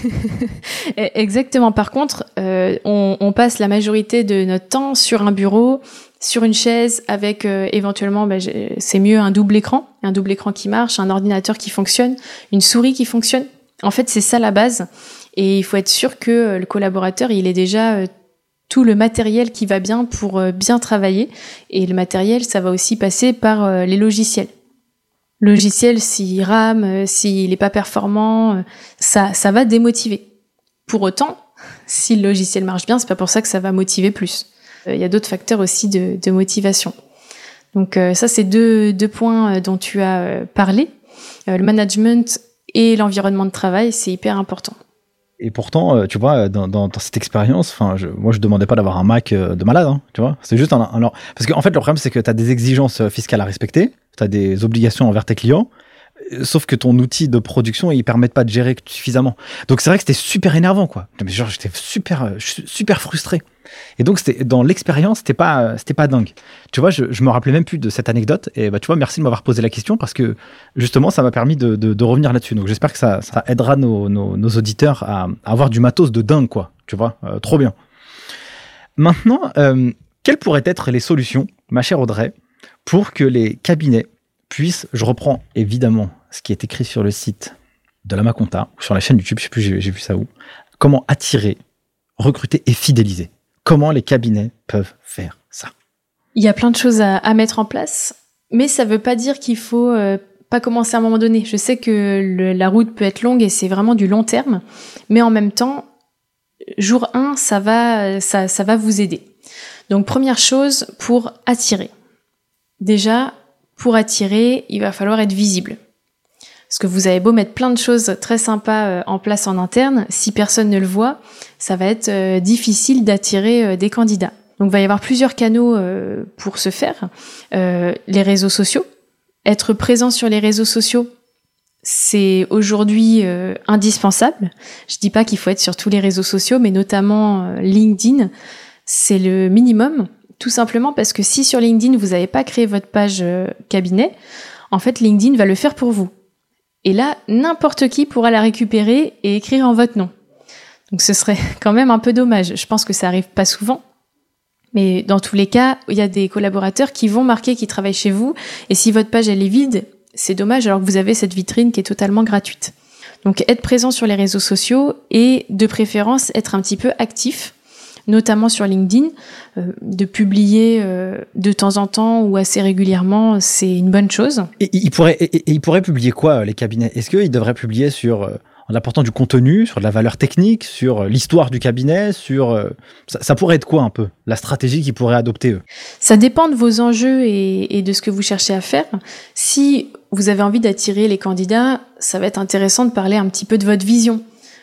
Exactement. Par contre, on passe la majorité de notre temps sur un bureau, sur une chaise, avec éventuellement, c'est mieux un double écran qui marche, un ordinateur qui fonctionne, une souris qui fonctionne. En fait, c'est ça la base. Et il faut être sûr que le collaborateur, il ait déjà tout le matériel qui va bien pour bien travailler. Et le matériel, ça va aussi passer par les logiciels. Logiciel, s'il rame, s'il n'est pas performant, ça va démotiver. Pour autant, si le logiciel marche bien, c'est pas pour ça que ça va motiver plus. Il y a d'autres facteurs aussi de motivation. Donc ça, c'est deux points dont tu as parlé. Le management et l'environnement de travail, c'est hyper important. Et pourtant, tu vois, dans cette expérience, moi, je demandais pas d'avoir un Mac de malade, tu vois. C'est juste parce qu'en fait, le problème, c'est que tu as des exigences fiscales à respecter, tu as des obligations envers tes clients, sauf que ton outil de production, il permet pas de gérer suffisamment. Donc, c'est vrai que c'était super énervant, quoi. Mais genre, j'étais super frustré. Et donc, dans l'expérience, c'était pas dingue. Tu vois, je me rappelais même plus de cette anecdote. Et tu vois, merci de m'avoir posé la question parce que justement, ça m'a permis de revenir là-dessus. Donc, j'espère que ça aidera nos auditeurs à avoir du matos de dingue, quoi. Tu vois, trop bien. Maintenant, quelles pourraient être les solutions, ma chère Audrey, pour que les cabinets puissent, je reprends évidemment ce qui est écrit sur le site de Lamaconta ou sur la chaîne YouTube, je sais plus, j'ai vu ça où, comment attirer, recruter et fidéliser. Comment les cabinets peuvent faire ça? Il y a plein de choses à mettre en place, mais ça ne veut pas dire qu'il faut pas commencer à un moment donné. Je sais que la route peut être longue et c'est vraiment du long terme, mais en même temps, jour 1, ça va vous aider. Donc première chose, pour attirer. Déjà, pour attirer, il va falloir être visible. Parce que vous avez beau mettre plein de choses très sympas en place en interne, si personne ne le voit, ça va être difficile d'attirer des candidats. Donc il va y avoir plusieurs canaux pour ce faire. Les réseaux sociaux. Être présent sur les réseaux sociaux, c'est aujourd'hui indispensable. Je dis pas qu'il faut être sur tous les réseaux sociaux, mais notamment LinkedIn, c'est le minimum. Tout simplement parce que si sur LinkedIn, vous n'avez pas créé votre page cabinet, en fait, LinkedIn va le faire pour vous. Et là, n'importe qui pourra la récupérer et écrire en votre nom. Donc ce serait quand même un peu dommage. Je pense que ça arrive pas souvent. Mais dans tous les cas, il y a des collaborateurs qui vont marquer qu'ils travaillent chez vous. Et si votre page, elle est vide, c'est dommage alors que vous avez cette vitrine qui est totalement gratuite. Donc être présent sur les réseaux sociaux et de préférence être un petit peu actif, notamment sur LinkedIn. De publier de temps en temps ou assez régulièrement, c'est une bonne chose. Et ils pourraient publier quoi, les cabinets? Est-ce qu'ils devraient publier en apportant du contenu, sur de la valeur technique, sur l'histoire du cabinet, ça pourrait être quoi un peu, la stratégie qu'ils pourraient adopter eux? Ça dépend de vos enjeux et de ce que vous cherchez à faire. Si vous avez envie d'attirer les candidats, ça va être intéressant de parler un petit peu de votre vision.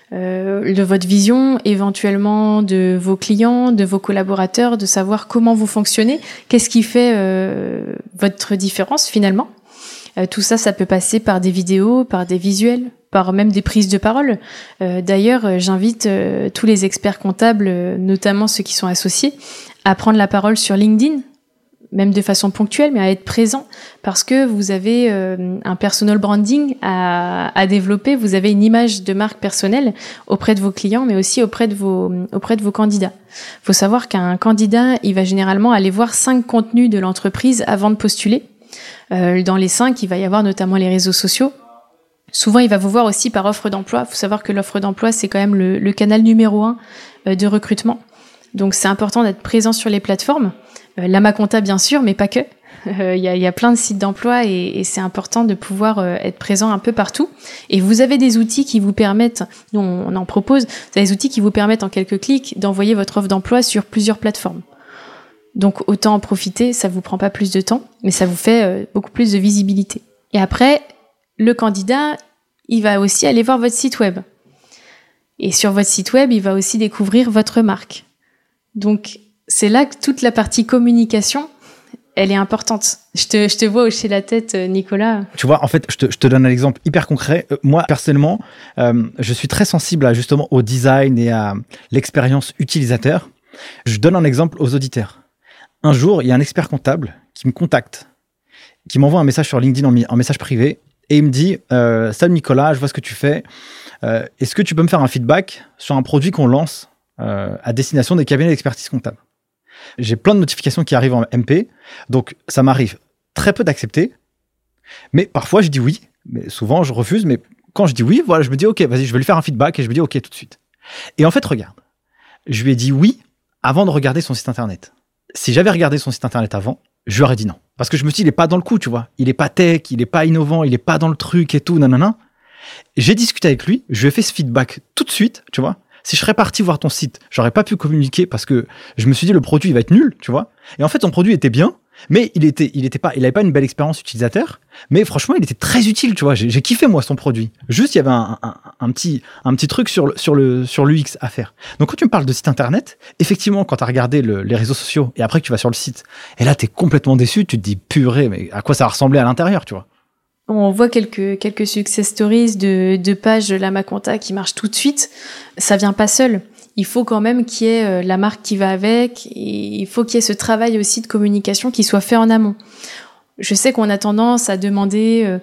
Éventuellement de vos clients, de vos collaborateurs, de savoir comment vous fonctionnez, qu'est-ce qui fait votre différence finalement. Tout ça, ça peut passer par des vidéos, par des visuels, par même des prises de parole. D'ailleurs, j'invite tous les experts comptables, notamment ceux qui sont associés, à prendre la parole sur LinkedIn, même de façon ponctuelle, mais à être présent, parce que vous avez un personal branding à développer, vous avez une image de marque personnelle auprès de vos clients, mais aussi auprès de vos candidats. Il faut savoir qu'un candidat, il va généralement aller voir 5 contenus de l'entreprise avant de postuler. Dans les 5, il va y avoir notamment les réseaux sociaux. Souvent, il va vous voir aussi par offre d'emploi. Il faut savoir que l'offre d'emploi, c'est quand même le canal numéro 1 de recrutement. Donc, c'est important d'être présent sur les plateformes. Lamaconta, bien sûr, mais pas que. Il y a plein de sites d'emploi et c'est important de pouvoir être présent un peu partout. Et vous avez des outils qui vous permettent, nous on en propose, vous avez des outils qui vous permettent en quelques clics d'envoyer votre offre d'emploi sur plusieurs plateformes. Donc autant en profiter, ça vous prend pas plus de temps, mais ça vous fait beaucoup plus de visibilité. Et après, le candidat, il va aussi aller voir votre site web. Et sur votre site web, il va aussi découvrir votre marque. Donc, c'est là que toute la partie communication, elle est importante. Je te vois hocher la tête, Nicolas. Tu vois, en fait, je te donne un exemple hyper concret. Moi, personnellement, je suis très sensible justement au design et à l'expérience utilisateur. Je donne un exemple aux auditeurs. Un jour, il y a un expert comptable qui me contacte, qui m'envoie un message sur LinkedIn en message privé et il me dit « Salut Nicolas, je vois ce que tu fais. Est-ce que tu peux me faire un feedback sur un produit qu'on lance à destination des cabinets d'expertise comptable ?» J'ai plein de notifications qui arrivent en MP, donc ça m'arrive très peu d'accepter, mais parfois je dis oui, mais souvent je refuse, mais quand je dis oui, voilà, je me dis ok, vas-y, je vais lui faire un feedback et je me dis ok tout de suite. Et en fait, regarde, je lui ai dit oui avant de regarder son site internet. Si j'avais regardé son site internet avant, je lui aurais dit non. Parce que je me suis dit, il est pas dans le coup, tu vois. Il est pas tech, il est pas innovant, il est pas dans le truc et tout, nanana. J'ai discuté avec lui, je lui ai fait ce feedback tout de suite, tu vois. Si je serais parti voir ton site, j'aurais pas pu communiquer parce que je me suis dit le produit il va être nul, tu vois. Et en fait, ton produit était bien, mais il avait pas une belle expérience utilisateur, mais franchement, il était très utile, tu vois. J'ai kiffé moi son produit. Juste, il y avait un petit truc sur l'UX à faire. Donc quand tu me parles de site internet, effectivement, quand tu as regardé les réseaux sociaux et après que tu vas sur le site, et là tu es complètement déçu, tu te dis purée, mais à quoi ça va ressembler à l'intérieur, tu vois. On voit quelques success stories de pages de Lamaconta qui marchent tout de suite. Ça vient pas seul. Il faut quand même qu'il y ait la marque qui va avec. Et il faut qu'il y ait ce travail aussi de communication qui soit fait en amont. Je sais qu'on a tendance à demander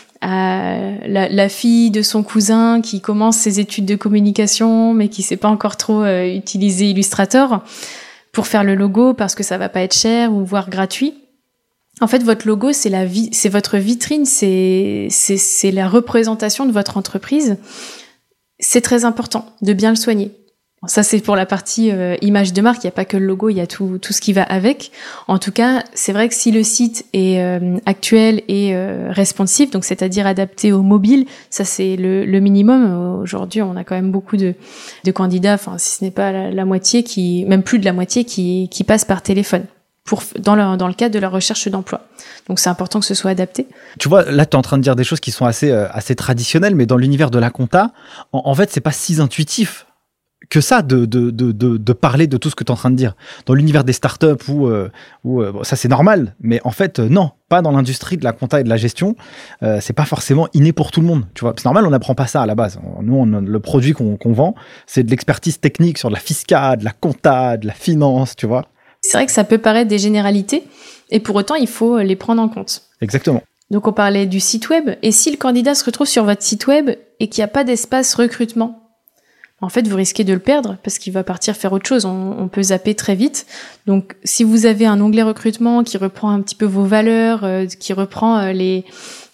à la fille de son cousin qui commence ses études de communication mais qui sait pas encore trop utiliser Illustrator pour faire le logo parce que ça va pas être cher ou voire gratuit. En fait, votre logo, c'est votre vitrine, c'est la représentation de votre entreprise. C'est très important de bien le soigner. Bon, ça, c'est pour la partie image de marque. Il n'y a pas que le logo, il y a tout ce qui va avec. En tout cas, c'est vrai que si le site est actuel et responsive, donc c'est-à-dire adapté au mobile, ça c'est le minimum. Aujourd'hui, on a quand même beaucoup de candidats, enfin si ce n'est pas la moitié, même plus de la moitié, qui passent par téléphone. Dans le cadre de leur recherche d'emploi. Donc, c'est important que ce soit adapté. Tu vois, là, tu es en train de dire des choses qui sont assez traditionnelles, mais dans l'univers de la compta, en fait, c'est pas si intuitif que ça de parler de tout ce que tu es en train de dire. Dans l'univers des startups où ça, c'est normal, mais en fait, non, pas dans l'industrie de la compta et de la gestion. C'est pas forcément inné pour tout le monde. Tu vois, c'est normal, on n'apprend pas ça à la base. Nous, le produit qu'on vend, c'est de l'expertise technique sur de la fiscale, de la compta, de la finance, tu vois. C'est vrai que ça peut paraître des généralités, et pour autant, il faut les prendre en compte. Exactement. Donc, on parlait du site web, et si le candidat se retrouve sur votre site web et qu'il n'y a pas d'espace recrutement, en fait, vous risquez de le perdre parce qu'il va partir faire autre chose. On peut zapper très vite. Donc, si vous avez un onglet recrutement qui reprend un petit peu vos valeurs, qui reprend les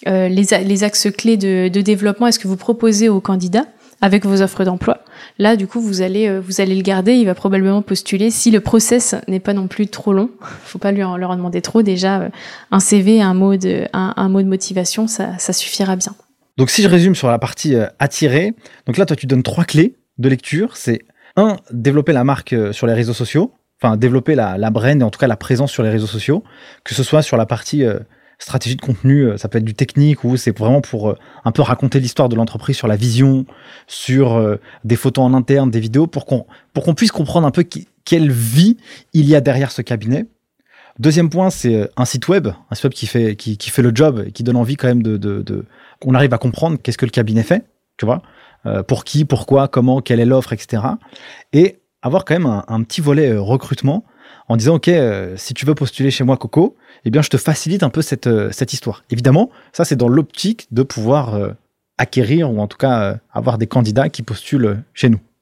axes clés de développement et ce que vous proposez aux candidats avec vos offres d'emploi, là, du coup, vous allez le garder. Il va probablement postuler si le process n'est pas non plus trop long. Faut pas leur en demander trop. Déjà, un CV, un mot de motivation, ça suffira bien. Donc, si je résume sur la partie attirer, donc là, toi, tu donnes 3 clés de lecture. C'est 1, développer la marque sur les réseaux sociaux. Enfin, développer la brand et en tout cas la présence sur les réseaux sociaux. Que ce soit sur la partie stratégie de contenu, ça peut être du technique ou c'est vraiment pour un peu raconter l'histoire de l'entreprise sur la vision, sur des photos en interne, des vidéos, pour qu'on puisse comprendre un peu quelle vie il y a derrière ce cabinet. Deuxième point, c'est un site web qui fait le job et qui donne envie quand même qu'on arrive à comprendre qu'est-ce que le cabinet fait, tu vois, pour qui, pourquoi, comment, quelle est l'offre, etc. Et avoir quand même un petit volet recrutement en disant, OK, si tu veux postuler chez moi, Coco, eh bien, je te facilite un peu cette histoire. Évidemment, ça, c'est dans l'optique de pouvoir acquérir ou en tout cas avoir des candidats qui postulent chez nous.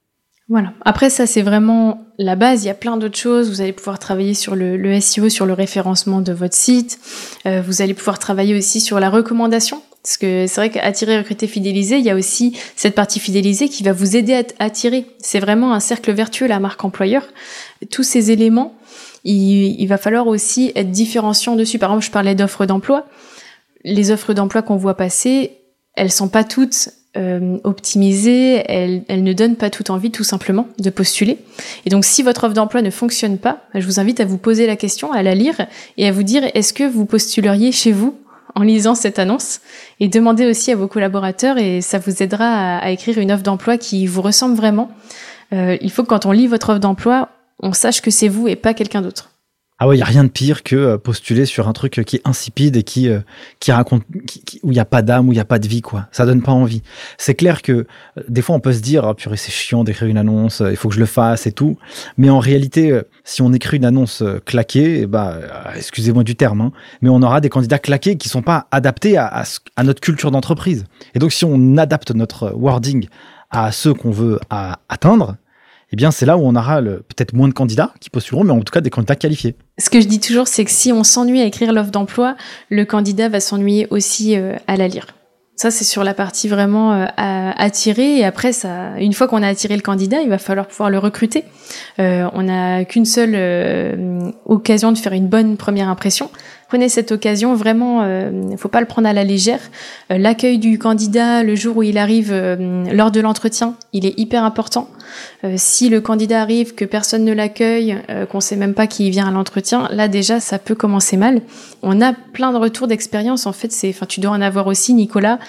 Voilà. Après, ça, c'est vraiment la base. Il y a plein d'autres choses. Vous allez pouvoir travailler sur le SEO, sur le référencement de votre site. Vous allez pouvoir travailler aussi sur la recommandation. Parce que c'est vrai qu'attirer, recruter, fidéliser, il y a aussi cette partie fidéliser qui va vous aider à attirer. C'est vraiment un cercle vertueux, la marque employeur. Tous ces éléments, il va falloir aussi être différenciant dessus. Par exemple, je parlais d'offres d'emploi. Les offres d'emploi qu'on voit passer, elles sont pas toutes optimisées, elles ne donnent pas toute envie tout simplement de postuler. Et donc si votre offre d'emploi ne fonctionne pas, je vous invite à vous poser la question, à la lire et à vous dire est-ce que vous postuleriez chez vous en lisant cette annonce, et demandez aussi à vos collaborateurs et ça vous aidera à écrire une offre d'emploi qui vous ressemble vraiment. Il faut que quand on lit votre offre d'emploi, on sache que c'est vous et pas quelqu'un d'autre. Ah ouais, il n'y a rien de pire que postuler sur un truc qui est insipide et qui raconte, où il n'y a pas d'âme, où il n'y a pas de vie, quoi. Ça donne pas envie. C'est clair que des fois, on peut se dire, ah, purée, c'est chiant d'écrire une annonce, il faut que je le fasse et tout. Mais en réalité, si on écrit une annonce claquée, excusez-moi du terme, hein, mais on aura des candidats claqués qui sont pas adaptés à notre culture d'entreprise. Et donc, si on adapte notre wording à ceux qu'on veut atteindre, eh bien, c'est là où on aura peut-être moins de candidats qui postuleront, mais en tout cas des candidats qualifiés. Ce que je dis toujours, c'est que si on s'ennuie à écrire l'offre d'emploi, le candidat va s'ennuyer aussi à la lire. Ça, c'est sur la partie vraiment à attirer. Et après, ça, une fois qu'on a attiré le candidat, il va falloir pouvoir le recruter. On n'a qu'une seule occasion de faire une bonne première impression. Prenez cette occasion, vraiment, faut pas le prendre à la légère. L'accueil du candidat, le jour où il arrive lors de l'entretien, il est hyper important. Si le candidat arrive, que personne ne l'accueille, qu'on sait même pas qui vient à l'entretien, là déjà, ça peut commencer mal. On a plein de retours d'expérience. En fait, tu dois en avoir aussi, Nicolas,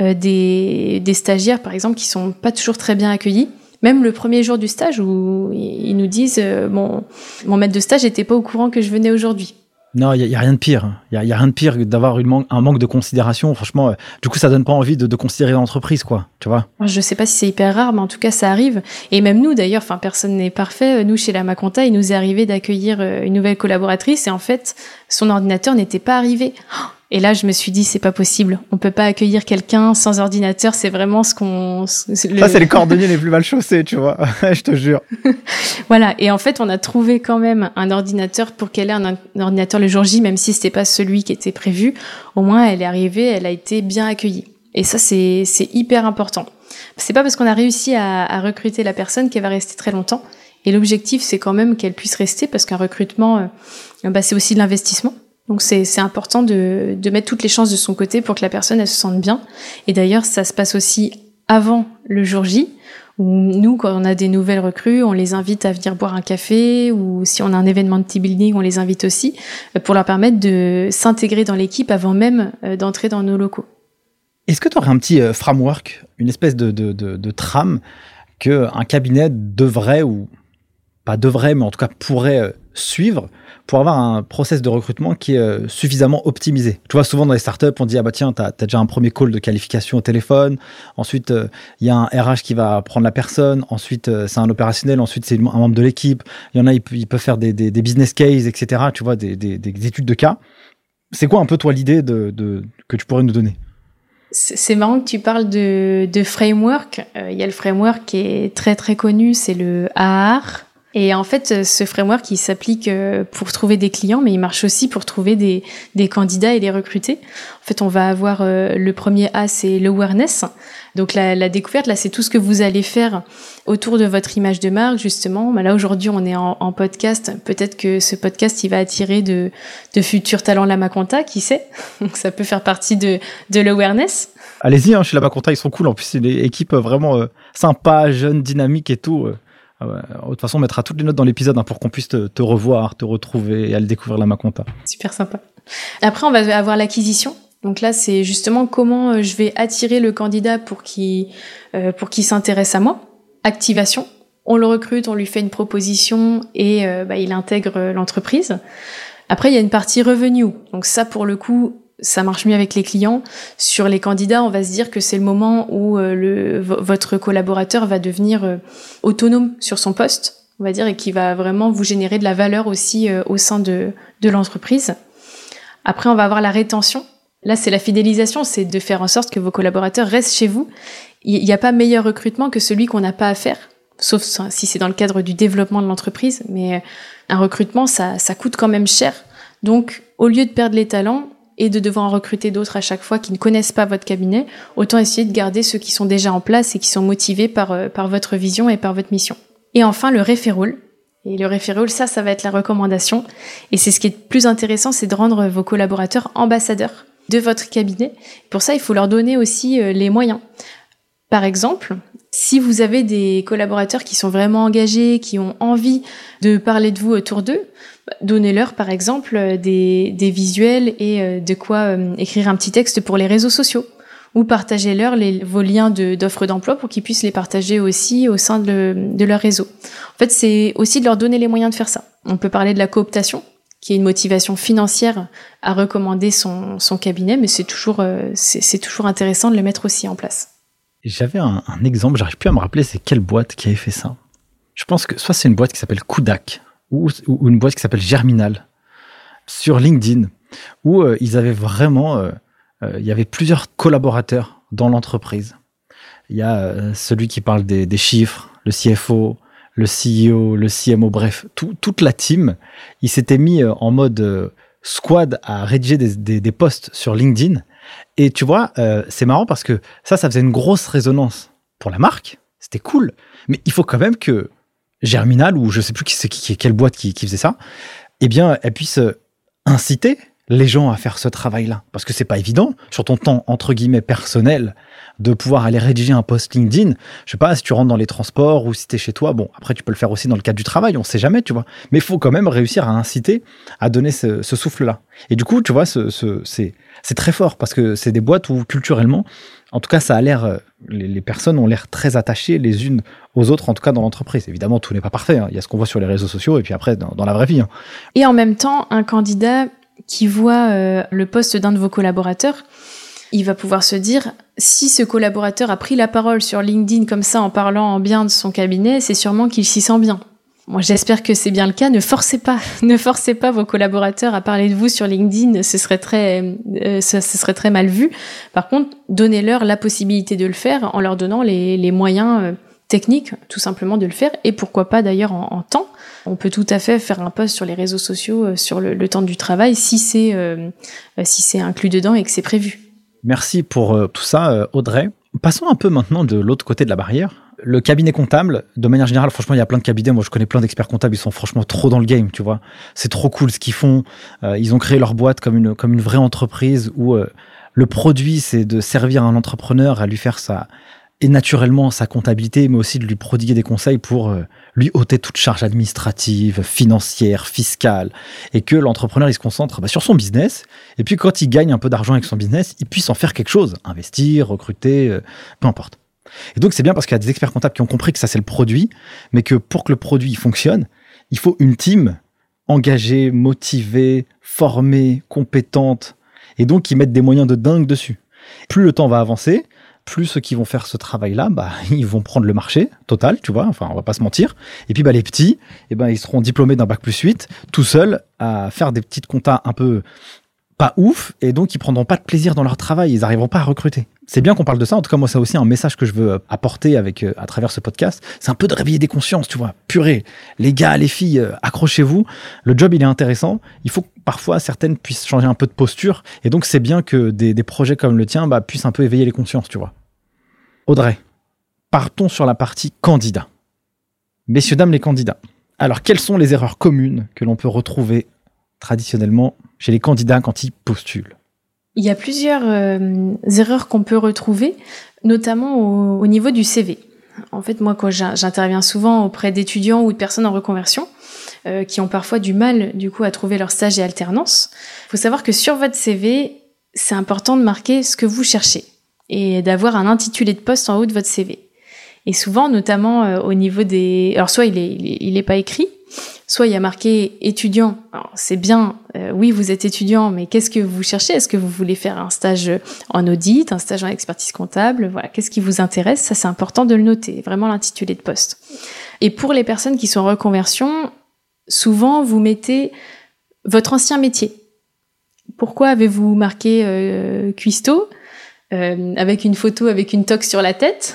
des stagiaires, par exemple, qui sont pas toujours très bien accueillis. Même le premier jour du stage où ils nous disent mon maître de stage n'était pas au courant que je venais aujourd'hui. Non, il y a rien de pire. Il y a rien de pire d'avoir un manque de considération. Franchement, du coup, ça donne pas envie de considérer l'entreprise, quoi. Tu vois. Je sais pas si c'est hyper rare, mais en tout cas, ça arrive. Et même nous, d'ailleurs, personne n'est parfait. Nous, chez Lamaconta, il nous est arrivé d'accueillir une nouvelle collaboratrice et en fait, son ordinateur n'était pas arrivé. Et là, je me suis dit, c'est pas possible. On peut pas accueillir quelqu'un sans ordinateur. C'est vraiment Ça, c'est les cordonniers les plus mal chaussés, tu vois. Je te jure. Voilà. Et en fait, on a trouvé quand même un ordinateur pour qu'elle ait un ordinateur le jour J, même si c'était pas celui qui était prévu. Au moins, elle est arrivée, elle a été bien accueillie. Et ça, c'est hyper important. C'est pas parce qu'on a réussi à recruter la personne qu'elle va rester très longtemps. Et l'objectif, c'est quand même qu'elle puisse rester parce qu'un recrutement, c'est aussi de l'investissement. Donc c'est important de mettre toutes les chances de son côté pour que la personne elle se sente bien. Et d'ailleurs, ça se passe aussi avant le jour J, où nous, quand on a des nouvelles recrues, on les invite à venir boire un café, ou si on a un événement de team building, on les invite aussi, pour leur permettre de s'intégrer dans l'équipe avant même d'entrer dans nos locaux. Est-ce que tu aurais un petit framework, une espèce de trame qu'un cabinet devrait, ou pas devrait, mais en tout cas pourrait suivre pour avoir un process de recrutement qui est suffisamment optimisé? Tu vois, souvent dans les startups, on dit, ah bah tiens, t'as déjà un premier call de qualification au téléphone, ensuite il y a un RH qui va prendre la personne, ensuite c'est un opérationnel, ensuite c'est un membre de l'équipe, il y en a, il peut faire des business cases, etc., tu vois, des études de cas. C'est quoi un peu, toi, l'idée que tu pourrais nous donner? C'est marrant que tu parles de framework. Il y a le framework qui est très très connu, c'est le AAR. Et en fait, ce framework, il s'applique pour trouver des clients, mais il marche aussi pour trouver des candidats et les recruter. En fait, on va avoir le premier A, c'est l'awareness. Donc la découverte, là, c'est tout ce que vous allez faire autour de votre image de marque, justement. Là, aujourd'hui, on est en podcast. Peut-être que ce podcast, il va attirer de futurs talents Lamaconta, qui sait. Donc ça peut faire partie de l'awareness. Allez-y, chez Lamaconta, ils sont cool. En plus, c'est une équipe vraiment sympa, jeune, dynamique et tout. De toute façon, on mettra toutes les notes dans l'épisode pour qu'on puisse te revoir, te retrouver et aller découvrir Lamaconta. Super sympa. Après, on va avoir l'acquisition. Donc là, c'est justement comment je vais attirer le candidat pour qu'il s'intéresse à moi. Activation. On le recrute, on lui fait une proposition et il intègre l'entreprise. Après, il y a une partie revenu. Donc ça, pour le coup, ça marche mieux avec les clients. Sur les candidats, on va se dire que c'est le moment où votre collaborateur va devenir autonome sur son poste, on va dire, et qui va vraiment vous générer de la valeur aussi au sein de l'entreprise. Après, on va avoir la rétention. Là, c'est la fidélisation, c'est de faire en sorte que vos collaborateurs restent chez vous. Il n'y a pas meilleur recrutement que celui qu'on n'a pas à faire. sauf si c'est dans le cadre du développement de l'entreprise, mais un recrutement, ça coûte quand même cher. Donc, au lieu de perdre les talents et de devoir en recruter d'autres à chaque fois qui ne connaissent pas votre cabinet, autant essayer de garder ceux qui sont déjà en place et qui sont motivés par votre vision et par votre mission. Et enfin, le referral. Et le referral, ça va être la recommandation. Et c'est ce qui est le plus intéressant, c'est de rendre vos collaborateurs ambassadeurs de votre cabinet. Pour ça, il faut leur donner aussi les moyens. Par exemple, si vous avez des collaborateurs qui sont vraiment engagés, qui ont envie de parler de vous autour d'eux, donnez-leur par exemple des visuels et de quoi écrire un petit texte pour les réseaux sociaux. Ou partagez-leur vos liens d'offres d'emploi pour qu'ils puissent les partager aussi au sein de leur réseau. En fait, c'est aussi de leur donner les moyens de faire ça. On peut parler de la cooptation, qui est une motivation financière à recommander son cabinet, mais c'est toujours intéressant de le mettre aussi en place. J'avais un exemple, j'arrive plus à me rappeler c'est quelle boîte qui avait fait ça. Je pense que soit c'est une boîte qui s'appelle Kudak ou une boîte qui s'appelle Germinal sur LinkedIn, où ils avaient vraiment... il y avait plusieurs collaborateurs dans l'entreprise. Il y a celui qui parle des chiffres, le CFO, le CEO, le CMO, bref, toute la team. Ils s'étaient mis en mode squad à rédiger des posts sur LinkedIn. Et tu vois, c'est marrant parce que ça faisait une grosse résonance pour la marque. C'était cool. Mais il faut quand même que Germinal, ou je sais plus quelle boîte qui faisait ça, eh bien, elle puisse inciter les gens à faire ce travail-là. Parce que c'est pas évident, sur ton temps, entre guillemets, personnel, de pouvoir aller rédiger un post LinkedIn. Je sais pas, si tu rentres dans les transports ou si t'es chez toi, bon, après, tu peux le faire aussi dans le cadre du travail, on sait jamais, tu vois. Mais il faut quand même réussir à inciter, à donner ce souffle-là. Et du coup, tu vois, c'est très fort parce que c'est des boîtes où, culturellement, en tout cas, ça a l'air, les personnes ont l'air très attachées les unes aux autres, en tout cas dans l'entreprise. Évidemment, tout n'est pas parfait, hein. Il y a ce qu'on voit sur les réseaux sociaux et puis après, dans la vraie vie, hein. Et en même temps, un candidat qui voit le poste d'un de vos collaborateurs, il va pouvoir se dire, si ce collaborateur a pris la parole sur LinkedIn comme ça en parlant en bien de son cabinet, c'est sûrement qu'il s'y sent bien. Moi, j'espère que c'est bien le cas. Ne forcez pas vos collaborateurs à parler de vous sur LinkedIn. Ce serait très mal vu. Par contre, donnez-leur la possibilité de le faire en leur donnant les moyens techniques, tout simplement, de le faire. Et pourquoi pas d'ailleurs en temps. On peut tout à fait faire un post sur les réseaux sociaux sur le temps du travail si c'est inclus dedans et que c'est prévu. Merci pour tout ça, Audrey. Passons un peu maintenant de l'autre côté de la barrière. Le cabinet comptable, de manière générale, franchement, il y a plein de cabinets. Moi, je connais plein d'experts comptables. Ils sont franchement trop dans le game, tu vois. C'est trop cool ce qu'ils font. Ils ont créé leur boîte comme une vraie entreprise où le produit, c'est de servir un entrepreneur à lui faire naturellement sa comptabilité, mais aussi de lui prodiguer des conseils pour lui ôter toute charge administrative, financière, fiscale, et que l'entrepreneur il se concentre sur son business, et puis quand il gagne un peu d'argent avec son business, il puisse en faire quelque chose, investir, recruter, peu importe. Et donc c'est bien parce qu'il y a des experts comptables qui ont compris que ça c'est le produit, mais que pour que le produit fonctionne, il faut une team engagée, motivée, formée, compétente, et donc qui mettent des moyens de dingue dessus. Plus le temps va avancer, plus ceux qui vont faire ce travail-là, ils vont prendre le marché total, tu vois, enfin, on va pas se mentir. Et puis, les petits, ils seront diplômés d'un bac+8, tout seuls, à faire des petites comptas un peu pas ouf, et donc ils prendront pas de plaisir dans leur travail, ils arriveront pas à recruter. C'est bien qu'on parle de ça, en tout cas, moi, c'est aussi un message que je veux apporter à travers ce podcast. C'est un peu de réveiller des consciences, tu vois. Purée, les gars, les filles, accrochez-vous. Le job, il est intéressant. Il faut que parfois, certaines puissent changer un peu de posture. Et donc, c'est bien que des projets comme le tien puissent un peu éveiller les consciences, tu vois. Audrey, partons sur la partie candidat. Messieurs, dames, les candidats. Alors, quelles sont les erreurs communes que l'on peut retrouver traditionnellement chez les candidats quand ils postulent ? Il y a plusieurs erreurs qu'on peut retrouver, notamment au niveau du CV. En fait, moi, quand j'interviens souvent auprès d'étudiants ou de personnes en reconversion, qui ont parfois du mal, du coup, à trouver leur stage et alternance, il faut savoir que sur votre CV, c'est important de marquer ce que vous cherchez et d'avoir un intitulé de poste en haut de votre CV. Et souvent, notamment au niveau des... Alors, soit il est pas écrit, soit il y a marqué étudiant. Alors, c'est bien, oui, vous êtes étudiant, mais qu'est-ce que vous cherchez ? Est-ce que vous voulez faire un stage en audit, un stage en expertise comptable ? Voilà, qu'est-ce qui vous intéresse ? Ça, c'est important de le noter, vraiment l'intitulé de poste. Et pour les personnes qui sont en reconversion, souvent, vous mettez votre ancien métier. Pourquoi avez-vous marqué cuistot ? avec une photo avec une toque sur la tête.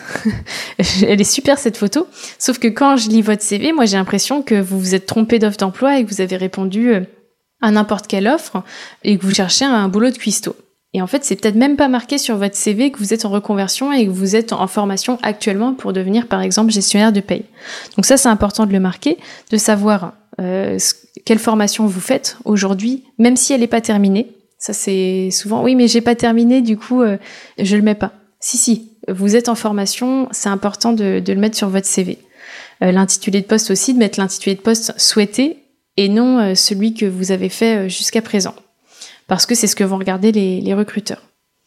Elle est super cette photo. Sauf que quand je lis votre CV, moi j'ai l'impression que vous vous êtes trompé d'offre d'emploi et que vous avez répondu à n'importe quelle offre et que vous cherchez un boulot de cuistot. Et en fait, c'est peut-être même pas marqué sur votre CV que vous êtes en reconversion et que vous êtes en formation actuellement pour devenir, par exemple, gestionnaire de paye. Donc ça, c'est important de le marquer, de savoir quelle formation vous faites aujourd'hui, même si elle n'est pas terminée. Ça, c'est souvent, oui, mais j'ai pas terminé, du coup, je le mets pas. Si, vous êtes en formation, c'est important de le mettre sur votre CV. L'intitulé de poste aussi, de mettre l'intitulé de poste souhaité et non celui que vous avez fait jusqu'à présent. Parce que c'est ce que vont regarder les recruteurs.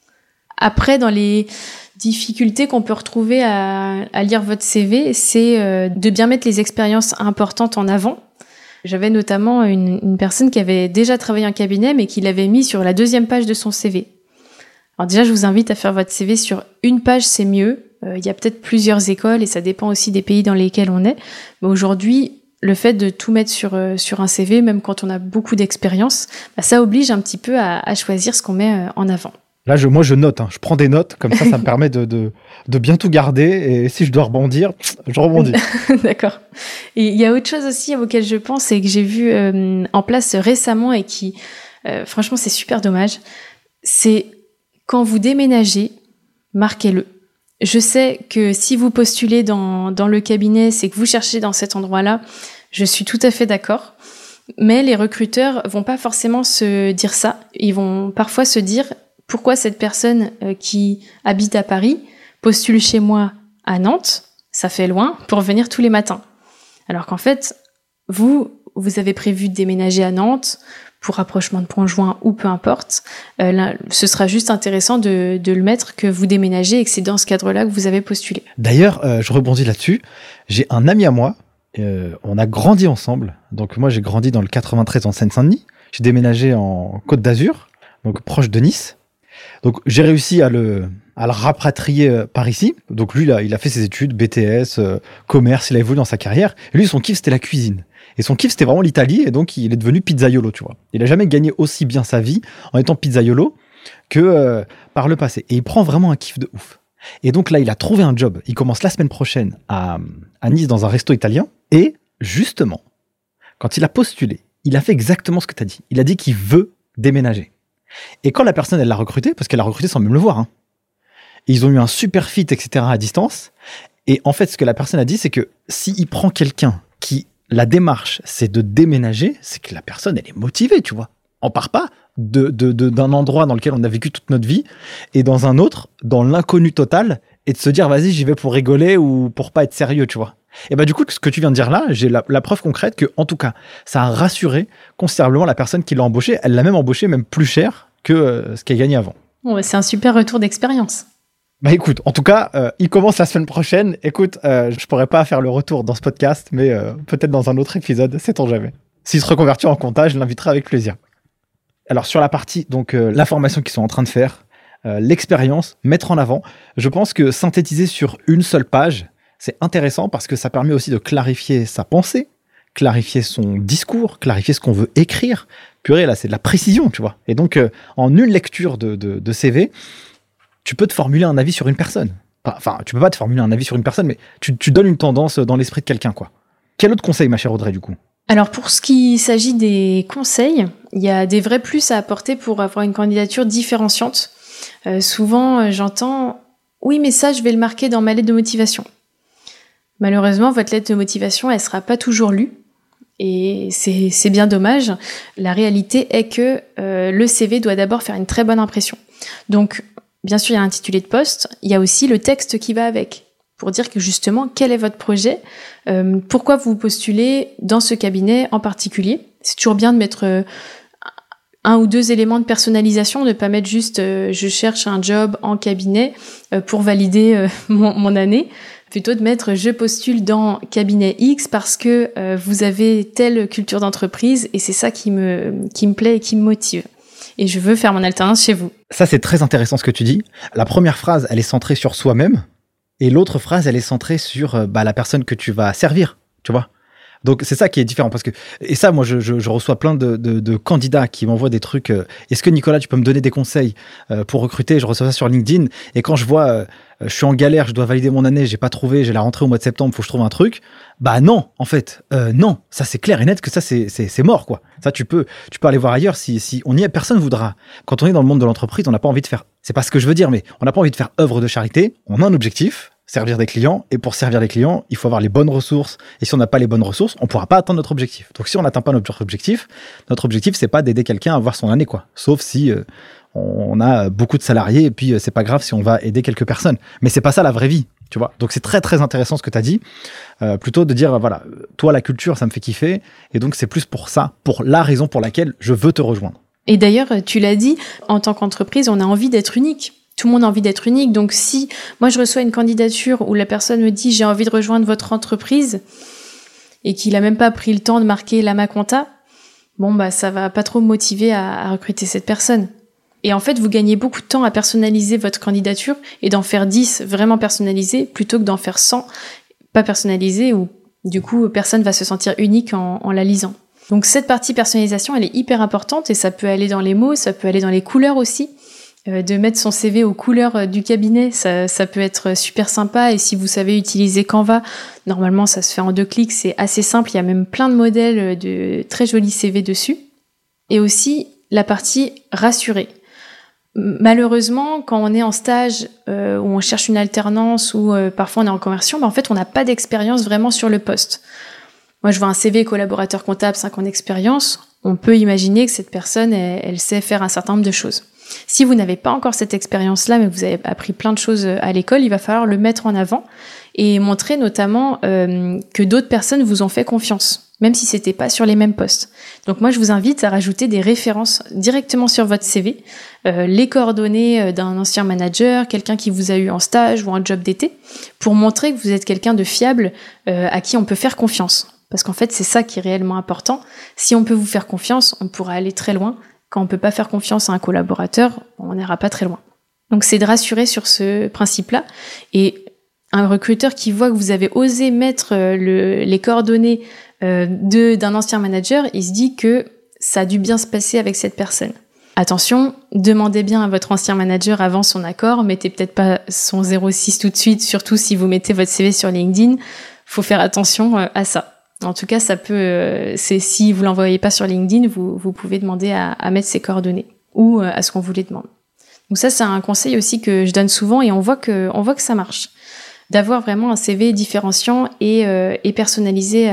Après, dans les difficultés qu'on peut retrouver à lire votre CV, c'est de bien mettre les expériences importantes en avant. J'avais notamment une personne qui avait déjà travaillé en cabinet, mais qui l'avait mis sur la 2e page de son CV. Alors déjà, je vous invite à faire votre CV sur une page, c'est mieux. Il y a peut-être plusieurs écoles et ça dépend aussi des pays dans lesquels on est. Mais aujourd'hui, le fait de tout mettre sur un CV, même quand on a beaucoup d'expérience, ça oblige un petit peu à choisir ce qu'on met en avant. Là, moi, je note. Je prends des notes. Comme ça me permet de bien tout garder. Et si je dois rebondir, je rebondis. D'accord. Et il y a autre chose aussi auquel je pense et que j'ai vu en place récemment et qui, franchement, c'est super dommage. C'est quand vous déménagez, marquez-le. Je sais que si vous postulez dans le cabinet, c'est que vous cherchez dans cet endroit-là. Je suis tout à fait d'accord. Mais les recruteurs vont pas forcément se dire ça. Ils vont parfois se dire pourquoi cette personne qui habite à Paris postule chez moi à Nantes, ça fait loin, pour venir tous les matins. Alors qu'en fait, vous avez prévu de déménager à Nantes pour rapprochement de conjoint ou peu importe. Là, ce sera juste intéressant de le mettre que vous déménagez et que c'est dans ce cadre-là que vous avez postulé. D'ailleurs, je rebondis là-dessus. J'ai un ami à moi, on a grandi ensemble. Donc moi, j'ai grandi dans le 93 en Seine-Saint-Denis. J'ai déménagé en Côte d'Azur, donc proche de Nice. Donc j'ai réussi à le rapatrier par ici. Donc lui, là, il a fait ses études, BTS, commerce, il a évolué dans sa carrière. Et lui, son kiff, c'était la cuisine. Et son kiff, c'était vraiment l'Italie. Et donc, il est devenu pizzaiolo, tu vois. Il a jamais gagné aussi bien sa vie en étant pizzaiolo que par le passé. Et il prend vraiment un kiff de ouf. Et donc là, il a trouvé un job. Il commence la semaine prochaine à Nice dans un resto italien. Et justement, quand il a postulé, il a fait exactement ce que tu as dit. Il a dit qu'il veut déménager. Et quand la personne, elle l'a recruté, parce qu'elle l'a recruté sans même le voir, ils ont eu un super fit, etc. à distance. Et en fait, ce que la personne a dit, c'est que s'il prend quelqu'un qui, la démarche, c'est de déménager, c'est que la personne, elle est motivée, tu vois. On part pas d'un endroit dans lequel on a vécu toute notre vie et dans un autre, dans l'inconnu total, et de se dire, vas-y, j'y vais pour rigoler ou pour pas être sérieux, tu vois. Et du coup, ce que tu viens de dire là, j'ai la preuve concrète que, en tout cas, ça a rassuré considérablement la personne qui l'a embauché. Elle l'a même embauché même plus cher que ce qu'elle gagnait avant. Bon, c'est un super retour d'expérience. Écoute, en tout cas, il commence la semaine prochaine. Écoute, je pourrais pas faire le retour dans ce podcast, mais peut-être dans un autre épisode, sait-on jamais. S'il se reconvertit en comptable, je l'inviterai avec plaisir. Alors, sur la partie, donc, la formation qu'ils sont en train de faire, l'expérience, mettre en avant, je pense que synthétiser sur une seule page, c'est intéressant parce que ça permet aussi de clarifier sa pensée, clarifier son discours, clarifier ce qu'on veut écrire. Purée, là, c'est de la précision, tu vois. Et donc, en une lecture de CV, tu peux te formuler un avis sur une personne. Enfin, tu peux pas te formuler un avis sur une personne, mais tu donnes une tendance dans l'esprit de quelqu'un, quoi. Quel autre conseil, ma chère Audrey, du coup ? Alors, pour ce qui s'agit des conseils, il y a des vrais plus à apporter pour avoir une candidature différenciante. Souvent, j'entends « Oui, mais ça, je vais le marquer dans ma lettre de motivation ». Malheureusement, votre lettre de motivation, elle sera pas toujours lue. Et c'est bien dommage. La réalité est que le CV doit d'abord faire une très bonne impression. Donc, bien sûr, il y a l'intitulé de poste. Il y a aussi le texte qui va avec, pour dire que justement, quel est votre projet, pourquoi vous postulez dans ce cabinet en particulier. C'est toujours bien de mettre un ou deux éléments de personnalisation, de pas mettre juste je cherche un job en cabinet pour valider mon année. Plutôt de mettre je postule dans cabinet X parce que vous avez telle culture d'entreprise et c'est ça qui me plaît et qui me motive. Et je veux faire mon alternance chez vous. Ça, c'est très intéressant ce que tu dis. La première phrase, elle est centrée sur soi-même et l'autre phrase, elle est centrée sur la personne que tu vas servir, tu vois. Donc c'est ça qui est différent parce que et ça moi je reçois plein de candidats qui m'envoient des trucs. Est-ce que Nicolas tu peux me donner des conseils pour recruter? Je reçois ça sur LinkedIn et quand je vois je suis en galère, je dois valider mon année, j'ai pas trouvé, j'ai la rentrée au mois de septembre, faut que je trouve un truc. Bah non, en fait, non, ça c'est clair et net que ça c'est mort quoi. Ça tu peux aller voir ailleurs si on y est, personne voudra. Quand on est dans le monde de l'entreprise, on n'a pas envie de faire. C'est pas ce que je veux dire, mais on n'a pas envie de faire œuvre de charité. On a un objectif. Servir des clients, et pour servir les clients, il faut avoir les bonnes ressources, et si on n'a pas les bonnes ressources, on pourra pas atteindre notre objectif. Donc si on n'atteint pas notre objectif, c'est pas d'aider quelqu'un à avoir son année, quoi. Sauf si on a beaucoup de salariés, et puis c'est pas grave si on va aider quelques personnes. Mais c'est pas ça la vraie vie, tu vois. Donc c'est très très intéressant ce que tu as dit, plutôt de dire, voilà, toi la culture, ça me fait kiffer, et donc c'est plus pour ça, pour la raison pour laquelle je veux te rejoindre. Et d'ailleurs, tu l'as dit, en tant qu'entreprise, on a envie d'être unique. Tout le monde a envie d'être unique. Donc, si moi, je reçois une candidature où la personne me dit « j'ai envie de rejoindre votre entreprise » et qu'il a même pas pris le temps de marquer l'AMA Compta, bon, bah, ça va pas trop me motiver à recruter cette personne. Et en fait, vous gagnez beaucoup de temps à personnaliser votre candidature et d'en faire 10 vraiment personnalisés plutôt que d'en faire 100 pas personnalisés où, du coup, personne va se sentir unique en la lisant. Donc, cette partie personnalisation, elle est hyper importante et ça peut aller dans les mots, ça peut aller dans les couleurs aussi. De mettre son CV aux couleurs du cabinet, ça peut être super sympa. Et si vous savez utiliser Canva, normalement ça se fait en 2 clics, c'est assez simple. Il y a même plein de modèles de très jolis CV dessus. Et aussi la partie rassurée. Malheureusement, quand on est en stage où on cherche une alternance ou parfois on est en conversion, en fait on n'a pas d'expérience vraiment sur le poste. Moi je vois un CV collaborateur comptable 5 ans d'expérience, on peut imaginer que cette personne elle sait faire un certain nombre de choses. Si vous n'avez pas encore cette expérience-là, mais que vous avez appris plein de choses à l'école, il va falloir le mettre en avant et montrer notamment que d'autres personnes vous ont fait confiance, même si c'était pas sur les mêmes postes. Donc moi, je vous invite à rajouter des références directement sur votre CV, les coordonnées d'un ancien manager, quelqu'un qui vous a eu en stage ou en job d'été, pour montrer que vous êtes quelqu'un de fiable à qui on peut faire confiance. Parce qu'en fait, c'est ça qui est réellement important. Si on peut vous faire confiance, on pourra aller très loin. Quand on peut pas faire confiance à un collaborateur, on n'ira pas très loin. Donc c'est de rassurer sur ce principe-là. Et un recruteur qui voit que vous avez osé mettre les coordonnées d'un ancien manager, il se dit que ça a dû bien se passer avec cette personne. Attention, demandez bien à votre ancien manager avant son accord, mettez peut-être pas son 06 tout de suite, surtout si vous mettez votre CV sur LinkedIn, faut faire attention à ça. En tout cas, ça peut, si vous l'envoyez pas sur LinkedIn, vous pouvez demander à mettre ses coordonnées ou à ce qu'on vous les demande. Donc ça, c'est un conseil aussi que je donne souvent et on voit que ça marche. D'avoir vraiment un CV différenciant et personnalisé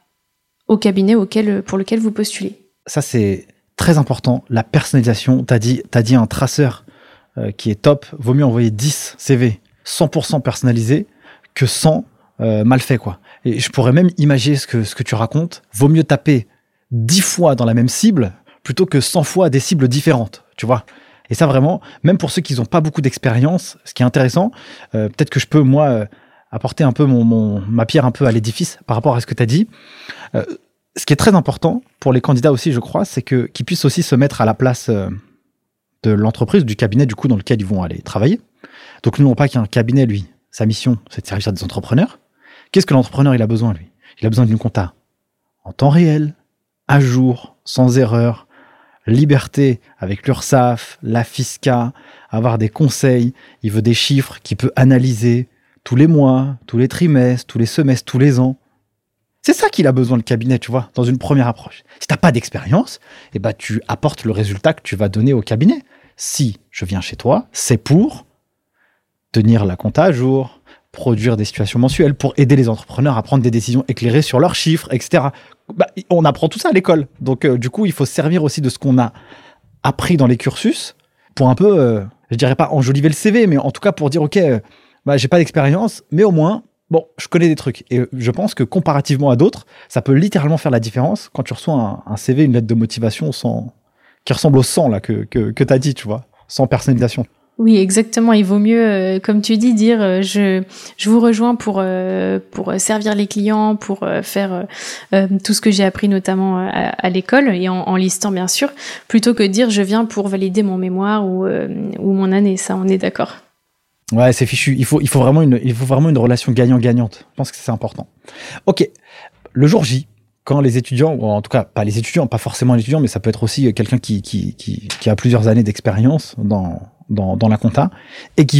au cabinet pour lequel vous postulez. Ça, c'est très important. La personnalisation, t'as dit un traceur qui est top. Vaut mieux envoyer 10 CV 100% personnalisés que 100 mal fait, quoi. Et je pourrais même imaginer ce que tu racontes. Vaut mieux taper 10 fois dans la même cible plutôt que 100 fois des cibles différentes, tu vois. Et ça, vraiment, même pour ceux qui n'ont pas beaucoup d'expérience, ce qui est intéressant, peut-être que je peux, moi, apporter un peu ma pierre un peu à l'édifice par rapport à ce que tu as dit. Ce qui est très important pour les candidats aussi, je crois, c'est qu'ils puissent aussi se mettre à la place de l'entreprise, du cabinet, du coup, dans lequel ils vont aller travailler. Donc, n'oublions pas qu'un cabinet, lui, sa mission, c'est de servir des entrepreneurs. Qu'est-ce que l'entrepreneur il a besoin, lui? Il a besoin d'une compta en temps réel, à jour, sans erreur, liberté avec l'URSSAF, la FISCA, avoir des conseils. Il veut des chiffres qu'il peut analyser tous les mois, tous les trimestres, tous les semestres, tous les ans. C'est ça qu'il a besoin, le cabinet, tu vois, dans une première approche. Si tu n'as pas d'expérience, eh ben, tu apportes le résultat que tu vas donner au cabinet. Si je viens chez toi, c'est pour tenir la compta à jour, produire des situations mensuelles, pour aider les entrepreneurs à prendre des décisions éclairées sur leurs chiffres, etc. On apprend tout ça à l'école. Donc, du coup, il faut se servir aussi de ce qu'on a appris dans les cursus pour un peu, je dirais pas enjoliver le CV, mais en tout cas pour dire, OK, j'ai pas d'expérience, mais au moins, bon, je connais des trucs. Et je pense que comparativement à d'autres, ça peut littéralement faire la différence quand tu reçois un CV, une lettre de motivation qui ressemble au 100 là, que tu as dit, tu vois, sans personnalisation. Oui, exactement. Il vaut mieux, comme tu dis, dire je vous rejoins pour servir les clients, pour faire tout ce que j'ai appris notamment à l'école et en listant bien sûr, plutôt que de dire je viens pour valider mon mémoire ou mon année. Ça, on est d'accord. Ouais, c'est fichu. Il faut vraiment une relation gagnant-gagnante. Je pense que c'est important. Ok, le jour J, quand les étudiants, ou en tout cas pas les étudiants, pas forcément les étudiants, mais ça peut être aussi quelqu'un qui a plusieurs années d'expérience dans la compta et qui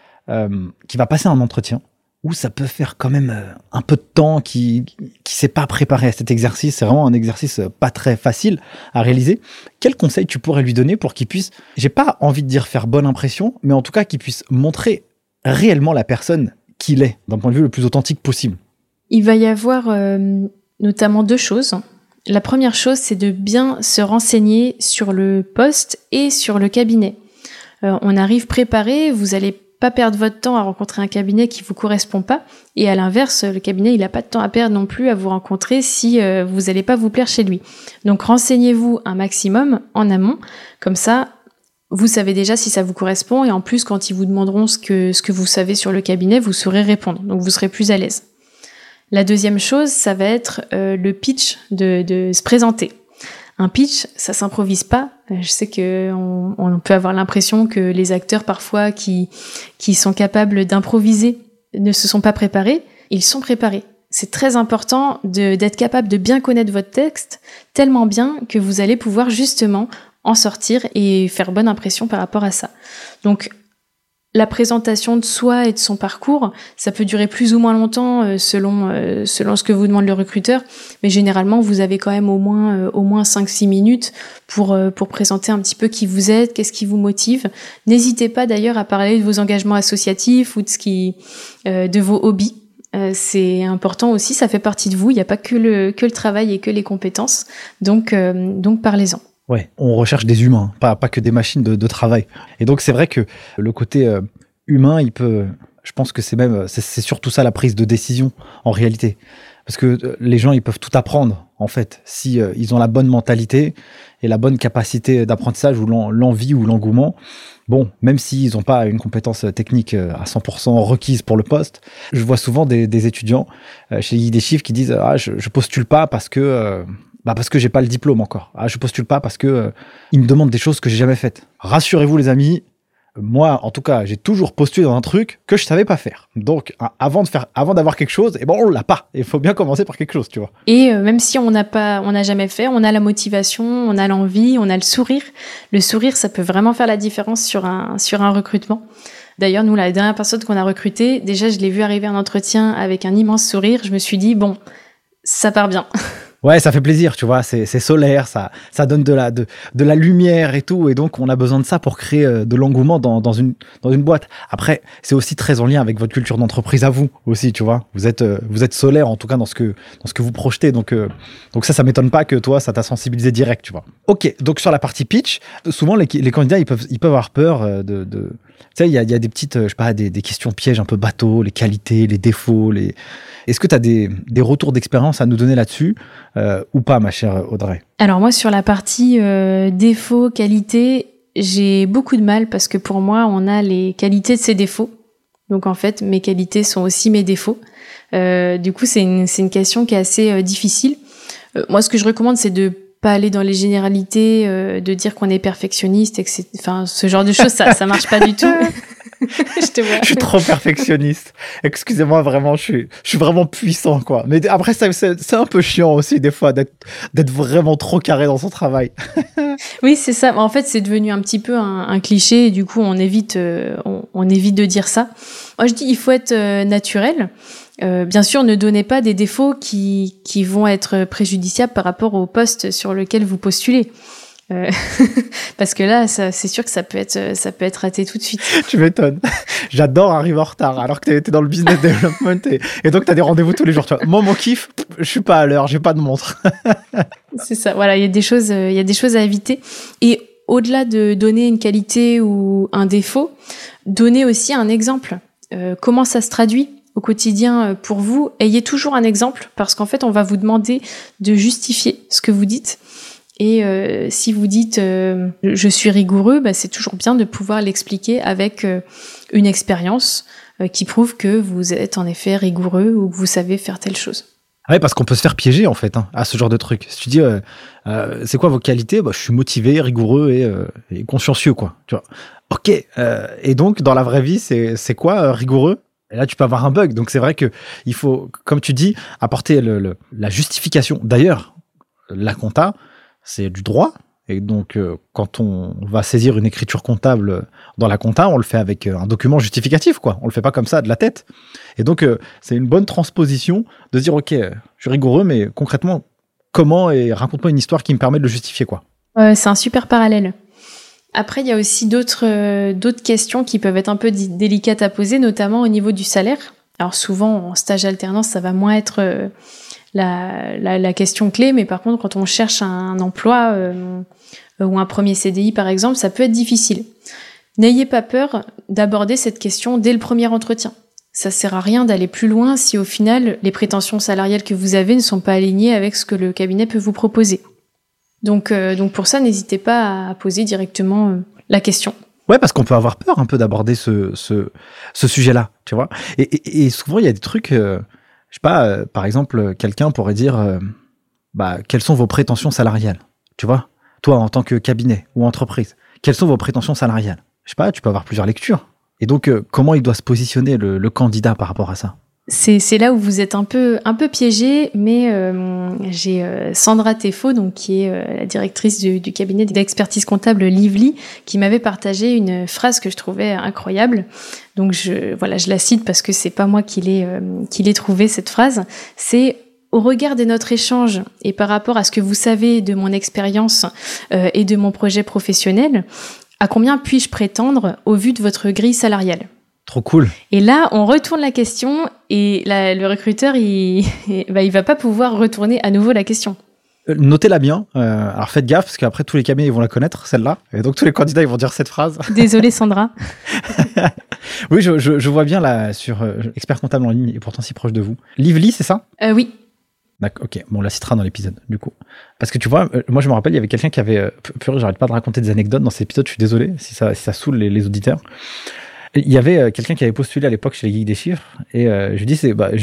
va passer un entretien où ça peut faire quand même un peu de temps, qui s'est pas préparé à cet exercice. C'est vraiment un exercice pas très facile à réaliser. Quel conseil tu pourrais lui donner pour qu'il puisse, j'ai pas envie de dire faire bonne impression, mais en tout cas qu'il puisse montrer réellement la personne qu'il est, d'un point de vue le plus authentique possible? Il va y avoir notamment 2 choses. La première chose, c'est de bien se renseigner sur le poste et sur le cabinet. On arrive préparé, vous allez pas perdre votre temps à rencontrer un cabinet qui vous correspond pas, et à l'inverse, le cabinet il a pas de temps à perdre non plus à vous rencontrer si vous allez pas vous plaire chez lui. Donc renseignez-vous un maximum en amont, comme ça vous savez déjà si ça vous correspond, et en plus quand ils vous demanderont ce que vous savez sur le cabinet, vous saurez répondre, donc vous serez plus à l'aise. La deuxième chose, ça va être le pitch de se présenter. Un pitch, ça s'improvise pas. Je sais que on peut avoir l'impression que les acteurs parfois qui sont capables d'improviser ne se sont pas préparés. Ils sont préparés. C'est très important d'être capable de bien connaître votre texte, tellement bien que vous allez pouvoir justement en sortir et faire bonne impression par rapport à ça. Donc la présentation de soi et de son parcours, ça peut durer plus ou moins longtemps selon ce que vous demande le recruteur, mais généralement vous avez quand même au moins 5-6 minutes pour présenter un petit peu qui vous êtes, qu'est-ce qui vous motive. N'hésitez pas d'ailleurs à parler de vos engagements associatifs ou de vos hobbies. C'est important aussi, ça fait partie de vous, il n'y a pas que le travail et que les compétences, donc parlez-en. Ouais, on recherche des humains, pas que des machines de travail. Et donc, c'est vrai que le côté humain, je pense que c'est surtout ça la prise de décision, en réalité. Parce que les gens, ils peuvent tout apprendre, en fait, si ils ont la bonne mentalité et la bonne capacité d'apprentissage ou l'envie ou l'engouement. Bon, même s'ils n'ont pas une compétence technique à 100% requise pour le poste, je vois souvent des étudiants chez les Guides des Chiffres qui disent « Ah, je postule pas parce que j'ai pas le diplôme encore. Ah, je postule pas parce que ils me demandent des choses que j'ai jamais faites. » Rassurez-vous les amis, moi en tout cas, j'ai toujours postulé dans un truc que je savais pas faire. Donc avant d'avoir quelque chose, on l'a pas. Il faut bien commencer par quelque chose, tu vois. Et même si on n'a jamais fait, on a la motivation, on a l'envie, on a le sourire. Le sourire, ça peut vraiment faire la différence sur un recrutement. D'ailleurs, nous, la dernière personne qu'on a recrutée, déjà je l'ai vu arriver en entretien avec un immense sourire. Je me suis dit bon, ça part bien. Ouais, ça fait plaisir, tu vois, c'est solaire, ça donne de la lumière et tout, et donc on a besoin de ça pour créer de l'engouement dans une boîte. Après, c'est aussi très en lien avec votre culture d'entreprise à vous aussi, tu vois. Vous êtes solaire en tout cas dans ce que vous projetez, donc ça m'étonne pas que toi ça t'a sensibilisé direct, tu vois. Ok, donc sur la partie pitch, souvent les candidats ils peuvent avoir peur de tu sais, il y a des petites des questions pièges un peu bateaux, les qualités, les défauts, Est-ce que tu as des retours d'expérience à nous donner là-dessus ou pas, ma chère Audrey? Alors moi, sur la partie défauts, qualités, j'ai beaucoup de mal parce que pour moi, on a les qualités de ses défauts. Donc en fait, mes qualités sont aussi mes défauts. Du coup, c'est une question qui est assez difficile. Moi, ce que je recommande, c'est de pas aller dans les généralités, de dire qu'on est perfectionniste, et que ce genre de choses, ça marche pas du tout. Je te vois. Je suis trop perfectionniste. Excusez-moi, vraiment, je suis vraiment puissant, quoi. Mais après, c'est un peu chiant aussi, des fois, d'être vraiment trop carré dans son travail. Oui, c'est ça. En fait, c'est devenu un petit peu un cliché, et du coup, on évite de dire ça. Moi, je dis, il faut être naturel. Bien sûr, ne donnez pas des défauts qui vont être préjudiciables par rapport au poste sur lequel vous postulez. Parce que là, c'est sûr que ça peut être raté tout de suite. Tu m'étonnes. J'adore arriver en retard, alors que t'es dans le business development et donc t'as des rendez-vous tous les jours. Tu vois. Moi, mon kiff, je suis pas à l'heure, j'ai pas de montre. C'est ça. Voilà, il y a des choses à éviter. Et au-delà de donner une qualité ou un défaut, donner aussi un exemple. Comment ça se traduit au quotidien pour vous? Ayez toujours un exemple, parce qu'en fait, on va vous demander de justifier ce que vous dites. Et si vous dites je suis rigoureux, c'est toujours bien de pouvoir l'expliquer avec une expérience qui prouve que vous êtes en effet rigoureux ou que vous savez faire telle chose. Ouais, parce qu'on peut se faire piéger en fait à ce genre de truc. Si tu dis c'est quoi vos qualités, je suis motivé, rigoureux et consciencieux, quoi. Tu vois. Ok. Et donc dans la vraie vie, c'est quoi rigoureux? Et là, tu peux avoir un bug. Donc, c'est vrai qu'il faut, comme tu dis, apporter la justification. D'ailleurs, la compta, c'est du droit. Et donc, quand on va saisir une écriture comptable dans la compta, on le fait avec un document justificatif, quoi. On le fait pas comme ça, de la tête. Et donc, c'est une bonne transposition de se dire, OK, je suis rigoureux, mais concrètement, comment et raconte-moi une histoire qui me permet de le justifier, quoi. C'est un super parallèle. Après, il y a aussi d'autres questions qui peuvent être un peu délicates à poser, notamment au niveau du salaire. Alors souvent, en stage alternance, ça va moins être la question clé, mais par contre, quand on cherche un emploi ou un premier CDI, par exemple, ça peut être difficile. N'ayez pas peur d'aborder cette question dès le premier entretien. Ça sert à rien d'aller plus loin si au final, les prétentions salariales que vous avez ne sont pas alignées avec ce que le cabinet peut vous proposer. Donc pour ça, n'hésitez pas à poser directement la question. Ouais, parce qu'on peut avoir peur un peu d'aborder ce sujet-là, tu vois. Et souvent, il y a des trucs, je sais pas, par exemple, quelqu'un pourrait dire, quelles sont vos prétentions salariales, tu vois, toi, en tant que cabinet ou entreprise, quelles sont vos prétentions salariales? Je sais pas, tu peux avoir plusieurs lectures. Et donc, comment il doit se positionner, le candidat, par rapport à ça? C'est là où vous êtes un peu piégé, mais j'ai Sandra Teffo, donc qui est la directrice du cabinet d'expertise comptable Lively, qui m'avait partagé une phrase que je trouvais incroyable. Donc je la cite parce que c'est pas moi qui l'ai trouvée, cette phrase. C'est: au regard de notre échange et par rapport à ce que vous savez de mon expérience et de mon projet professionnel, à combien puis-je prétendre au vu de votre grille salariale? Trop cool. Et là, on retourne la question et le recruteur, il va pas pouvoir retourner à nouveau la question. Notez-la bien. Alors faites gaffe parce qu'après tous les cabinets ils vont la connaître, celle-là. Et donc tous les candidats ils vont dire cette phrase. Désolée Sandra. Oui, je vois bien là sur expert comptable en ligne et pourtant si proche de vous. Lively, c'est ça? Oui. D'accord, ok, bon, on la citera dans l'épisode, du coup. Parce que tu vois, moi je me rappelle, il y avait quelqu'un qui avait... Purée, j'arrête pas de raconter des anecdotes dans cet épisode, je suis désolé si ça saoule les auditeurs. Il y avait quelqu'un qui avait postulé à l'époque chez les Geeks des Chiffres, et je lui dis,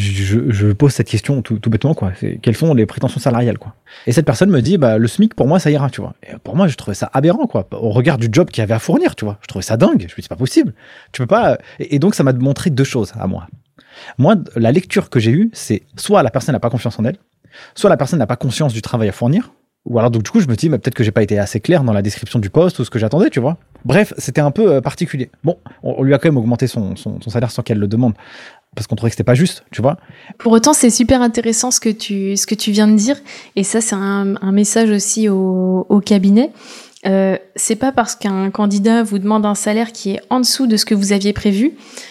je pose cette question tout bêtement, quoi. Quelles sont les prétentions salariales, quoi. Et cette personne me dit, le SMIC, pour moi, ça ira, tu vois. Et pour moi, je trouvais ça aberrant, quoi. Au regard du job qu'il y avait à fournir, tu vois. Je trouvais ça dingue. Je me dis, c'est pas possible. Tu peux pas... Et donc, ça m'a montré deux choses à moi. Moi, la lecture que j'ai eue, c'est soit la personne n'a pas confiance en elle, soit la personne n'a pas conscience du travail à fournir, ou alors donc du coup je me dis peut-être que j'ai pas été assez clair dans la description du poste ou ce que j'attendais, tu vois. Bref, c'était un peu particulier. Bon, on lui a quand même augmenté son salaire sans qu'elle le demande, parce qu'on trouvait que c'était pas juste, tu vois. Pour autant, c'est super intéressant ce que tu viens de dire, et ça c'est un message aussi au cabinet. C'est pas parce qu'un candidat vous demande un salaire qui est en dessous de ce que vous aviez prévu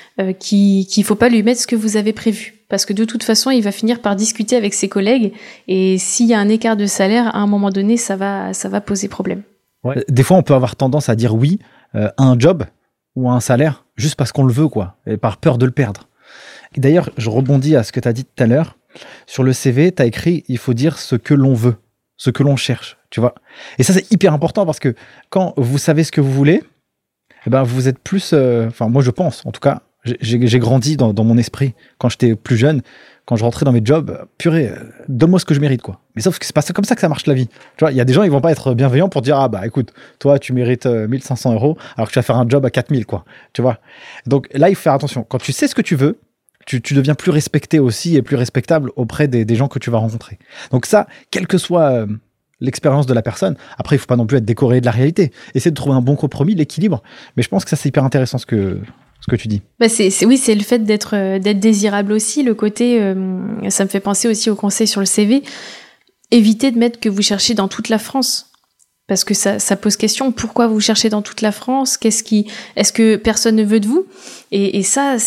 qu'il faut pas lui mettre ce que vous avez prévu. Parce que de toute façon, il va finir par discuter avec ses collègues, et s'il y a un écart de salaire, à un moment donné, ça va poser problème. Ouais. Des fois, on peut avoir tendance à dire oui à un job ou à un salaire juste parce qu'on le veut, quoi, et par peur de le perdre. Et d'ailleurs, je rebondis à ce que tu as dit tout à l'heure. Sur le CV, tu as écrit « il faut dire ce que l'on veut, ce que l'on cherche », tu vois. Et ça, c'est hyper important parce que quand vous savez ce que vous voulez, eh ben, vous êtes plus... moi, je pense, en tout cas, j'ai grandi dans mon esprit quand j'étais plus jeune. Quand je rentrais dans mes jobs, purée, donne-moi ce que je mérite, quoi. Mais sauf que c'est pas comme ça que ça marche la vie. Tu vois, il y a des gens, ils vont pas être bienveillants pour dire, écoute, toi, tu mérites 1500 € alors que tu vas faire un job à 4000, quoi. Tu vois. Donc là, il faut faire attention. Quand tu sais ce que tu veux, tu deviens plus respecté aussi et plus respectable auprès des gens que tu vas rencontrer. Donc ça, quelle que soit l'expérience de la personne, après, il faut pas non plus être décoré de la réalité. Essayer de trouver un bon compromis, l'équilibre. Mais je pense que ça, c'est hyper intéressant ce que tu dis. Oui, c'est le fait d'être désirable aussi. Le côté, ça me fait penser aussi au conseil sur le CV. Évitez de mettre que vous cherchez dans toute la France. Parce que ça pose question. Pourquoi vous cherchez dans toute la France? Est-ce que personne ne veut de vous? Et ça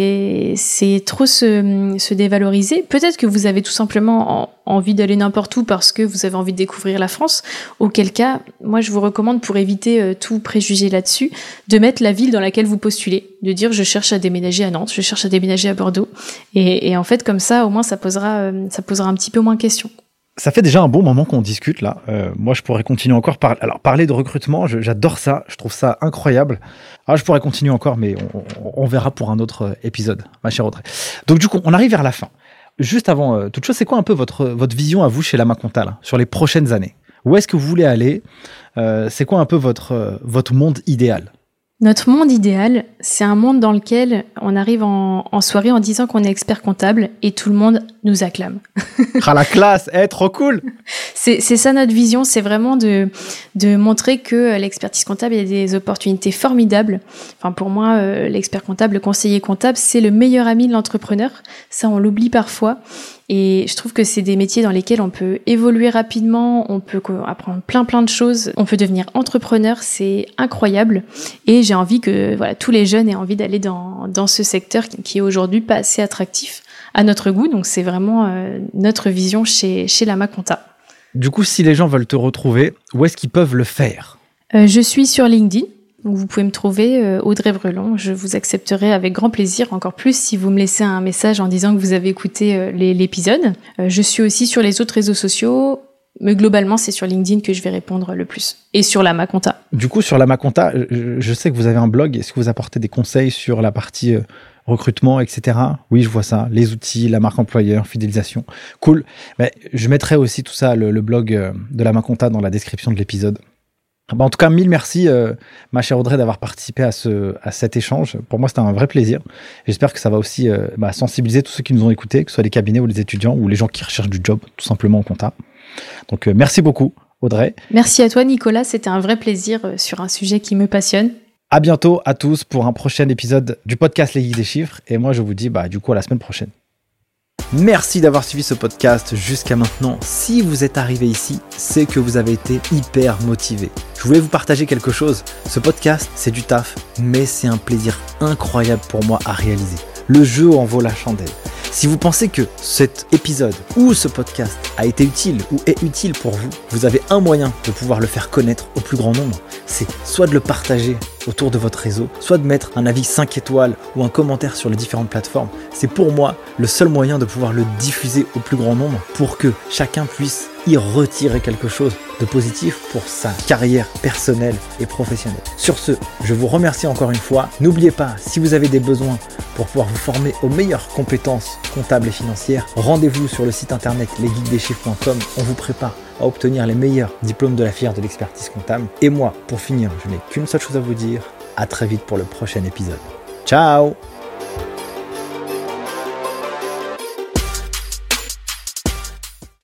c'est trop se dévaloriser. Peut-être que vous avez tout simplement envie d'aller n'importe où parce que vous avez envie de découvrir la France. Auquel cas, moi je vous recommande, pour éviter tout préjugé là-dessus, de mettre la ville dans laquelle vous postulez. De dire je cherche à déménager à Nantes, je cherche à déménager à Bordeaux. Et en fait, comme ça, au moins ça posera un petit peu moins de questions. Ça fait déjà un bon moment qu'on discute là. Moi, je pourrais continuer encore. Parler de recrutement, j'adore ça. Je trouve ça incroyable. Je pourrais continuer encore, mais on verra pour un autre épisode, ma chère Audrey. Donc du coup, on arrive vers la fin. Juste avant toute chose, c'est quoi un peu votre vision à vous chez Lama Compta là, sur les prochaines années? Où est-ce que vous voulez aller? C'est quoi un peu votre monde idéal? Notre monde idéal, c'est un monde dans lequel on arrive en soirée en disant qu'on est expert comptable et tout le monde nous acclame. Ah la classe, trop cool. C'est ça notre vision, c'est vraiment de montrer que l'expertise comptable, il y a des opportunités formidables. Enfin pour moi, l'expert comptable, le conseiller comptable, c'est le meilleur ami de l'entrepreneur. Ça, on l'oublie parfois. Et je trouve que c'est des métiers dans lesquels on peut évoluer rapidement, on peut apprendre plein de choses, on peut devenir entrepreneur, c'est incroyable. Et j'ai envie que tous les jeunes aient envie d'aller dans ce secteur qui est aujourd'hui pas assez attractif à notre goût. Donc c'est vraiment notre vision chez Lama Compta. Du coup, si les gens veulent te retrouver, où est-ce qu'ils peuvent le faire ? Je suis sur LinkedIn. Donc vous pouvez me trouver Audrey Vrelon, je vous accepterai avec grand plaisir, encore plus si vous me laissez un message en disant que vous avez écouté l'épisode. Je suis aussi sur les autres réseaux sociaux, mais globalement c'est sur LinkedIn que je vais répondre le plus, et sur Lama Compta. Du coup sur Lama Compta, je sais que vous avez un blog, est-ce que vous apportez des conseils sur la partie recrutement, etc. Oui, je vois ça, les outils, la marque employeur, fidélisation, cool. Mais je mettrai aussi tout ça, le blog de Lama Compta dans la description de l'épisode. En tout cas, mille merci, ma chère Audrey, d'avoir participé à cet échange. Pour moi, c'était un vrai plaisir. J'espère que ça va aussi sensibiliser tous ceux qui nous ont écoutés, que ce soit les cabinets ou les étudiants ou les gens qui recherchent du job, tout simplement en compta. Donc, merci beaucoup, Audrey. Merci à toi, Nicolas. C'était un vrai plaisir sur un sujet qui me passionne. À bientôt à tous pour un prochain épisode du podcast Les Geeks des Chiffres. Et moi, je vous dis à la semaine prochaine. Merci d'avoir suivi ce podcast jusqu'à maintenant. Si vous êtes arrivé ici, c'est que vous avez été hyper motivé. Je voulais vous partager quelque chose. Ce podcast, c'est du taf, mais c'est un plaisir incroyable pour moi à réaliser. Le jeu en vaut la chandelle. Si vous pensez que cet épisode ou ce podcast a été utile ou est utile pour vous, vous avez un moyen de pouvoir le faire connaître au plus grand nombre. C'est soit de le partager autour de votre réseau, soit de mettre un avis 5 étoiles ou un commentaire sur les différentes plateformes. C'est pour moi le seul moyen de pouvoir le diffuser au plus grand nombre pour que chacun puisse y retirer quelque chose de positif pour sa carrière personnelle et professionnelle. Sur ce, je vous remercie encore une fois. N'oubliez pas, si vous avez des besoins pour pouvoir vous former aux meilleures compétences comptables et financières, rendez-vous sur le site internet lesgeeksdeschiffres.com. On vous prépare à obtenir les meilleurs diplômes de la filière de l'expertise comptable. Et moi, pour finir, je n'ai qu'une seule chose à vous dire. À très vite pour le prochain épisode. Ciao!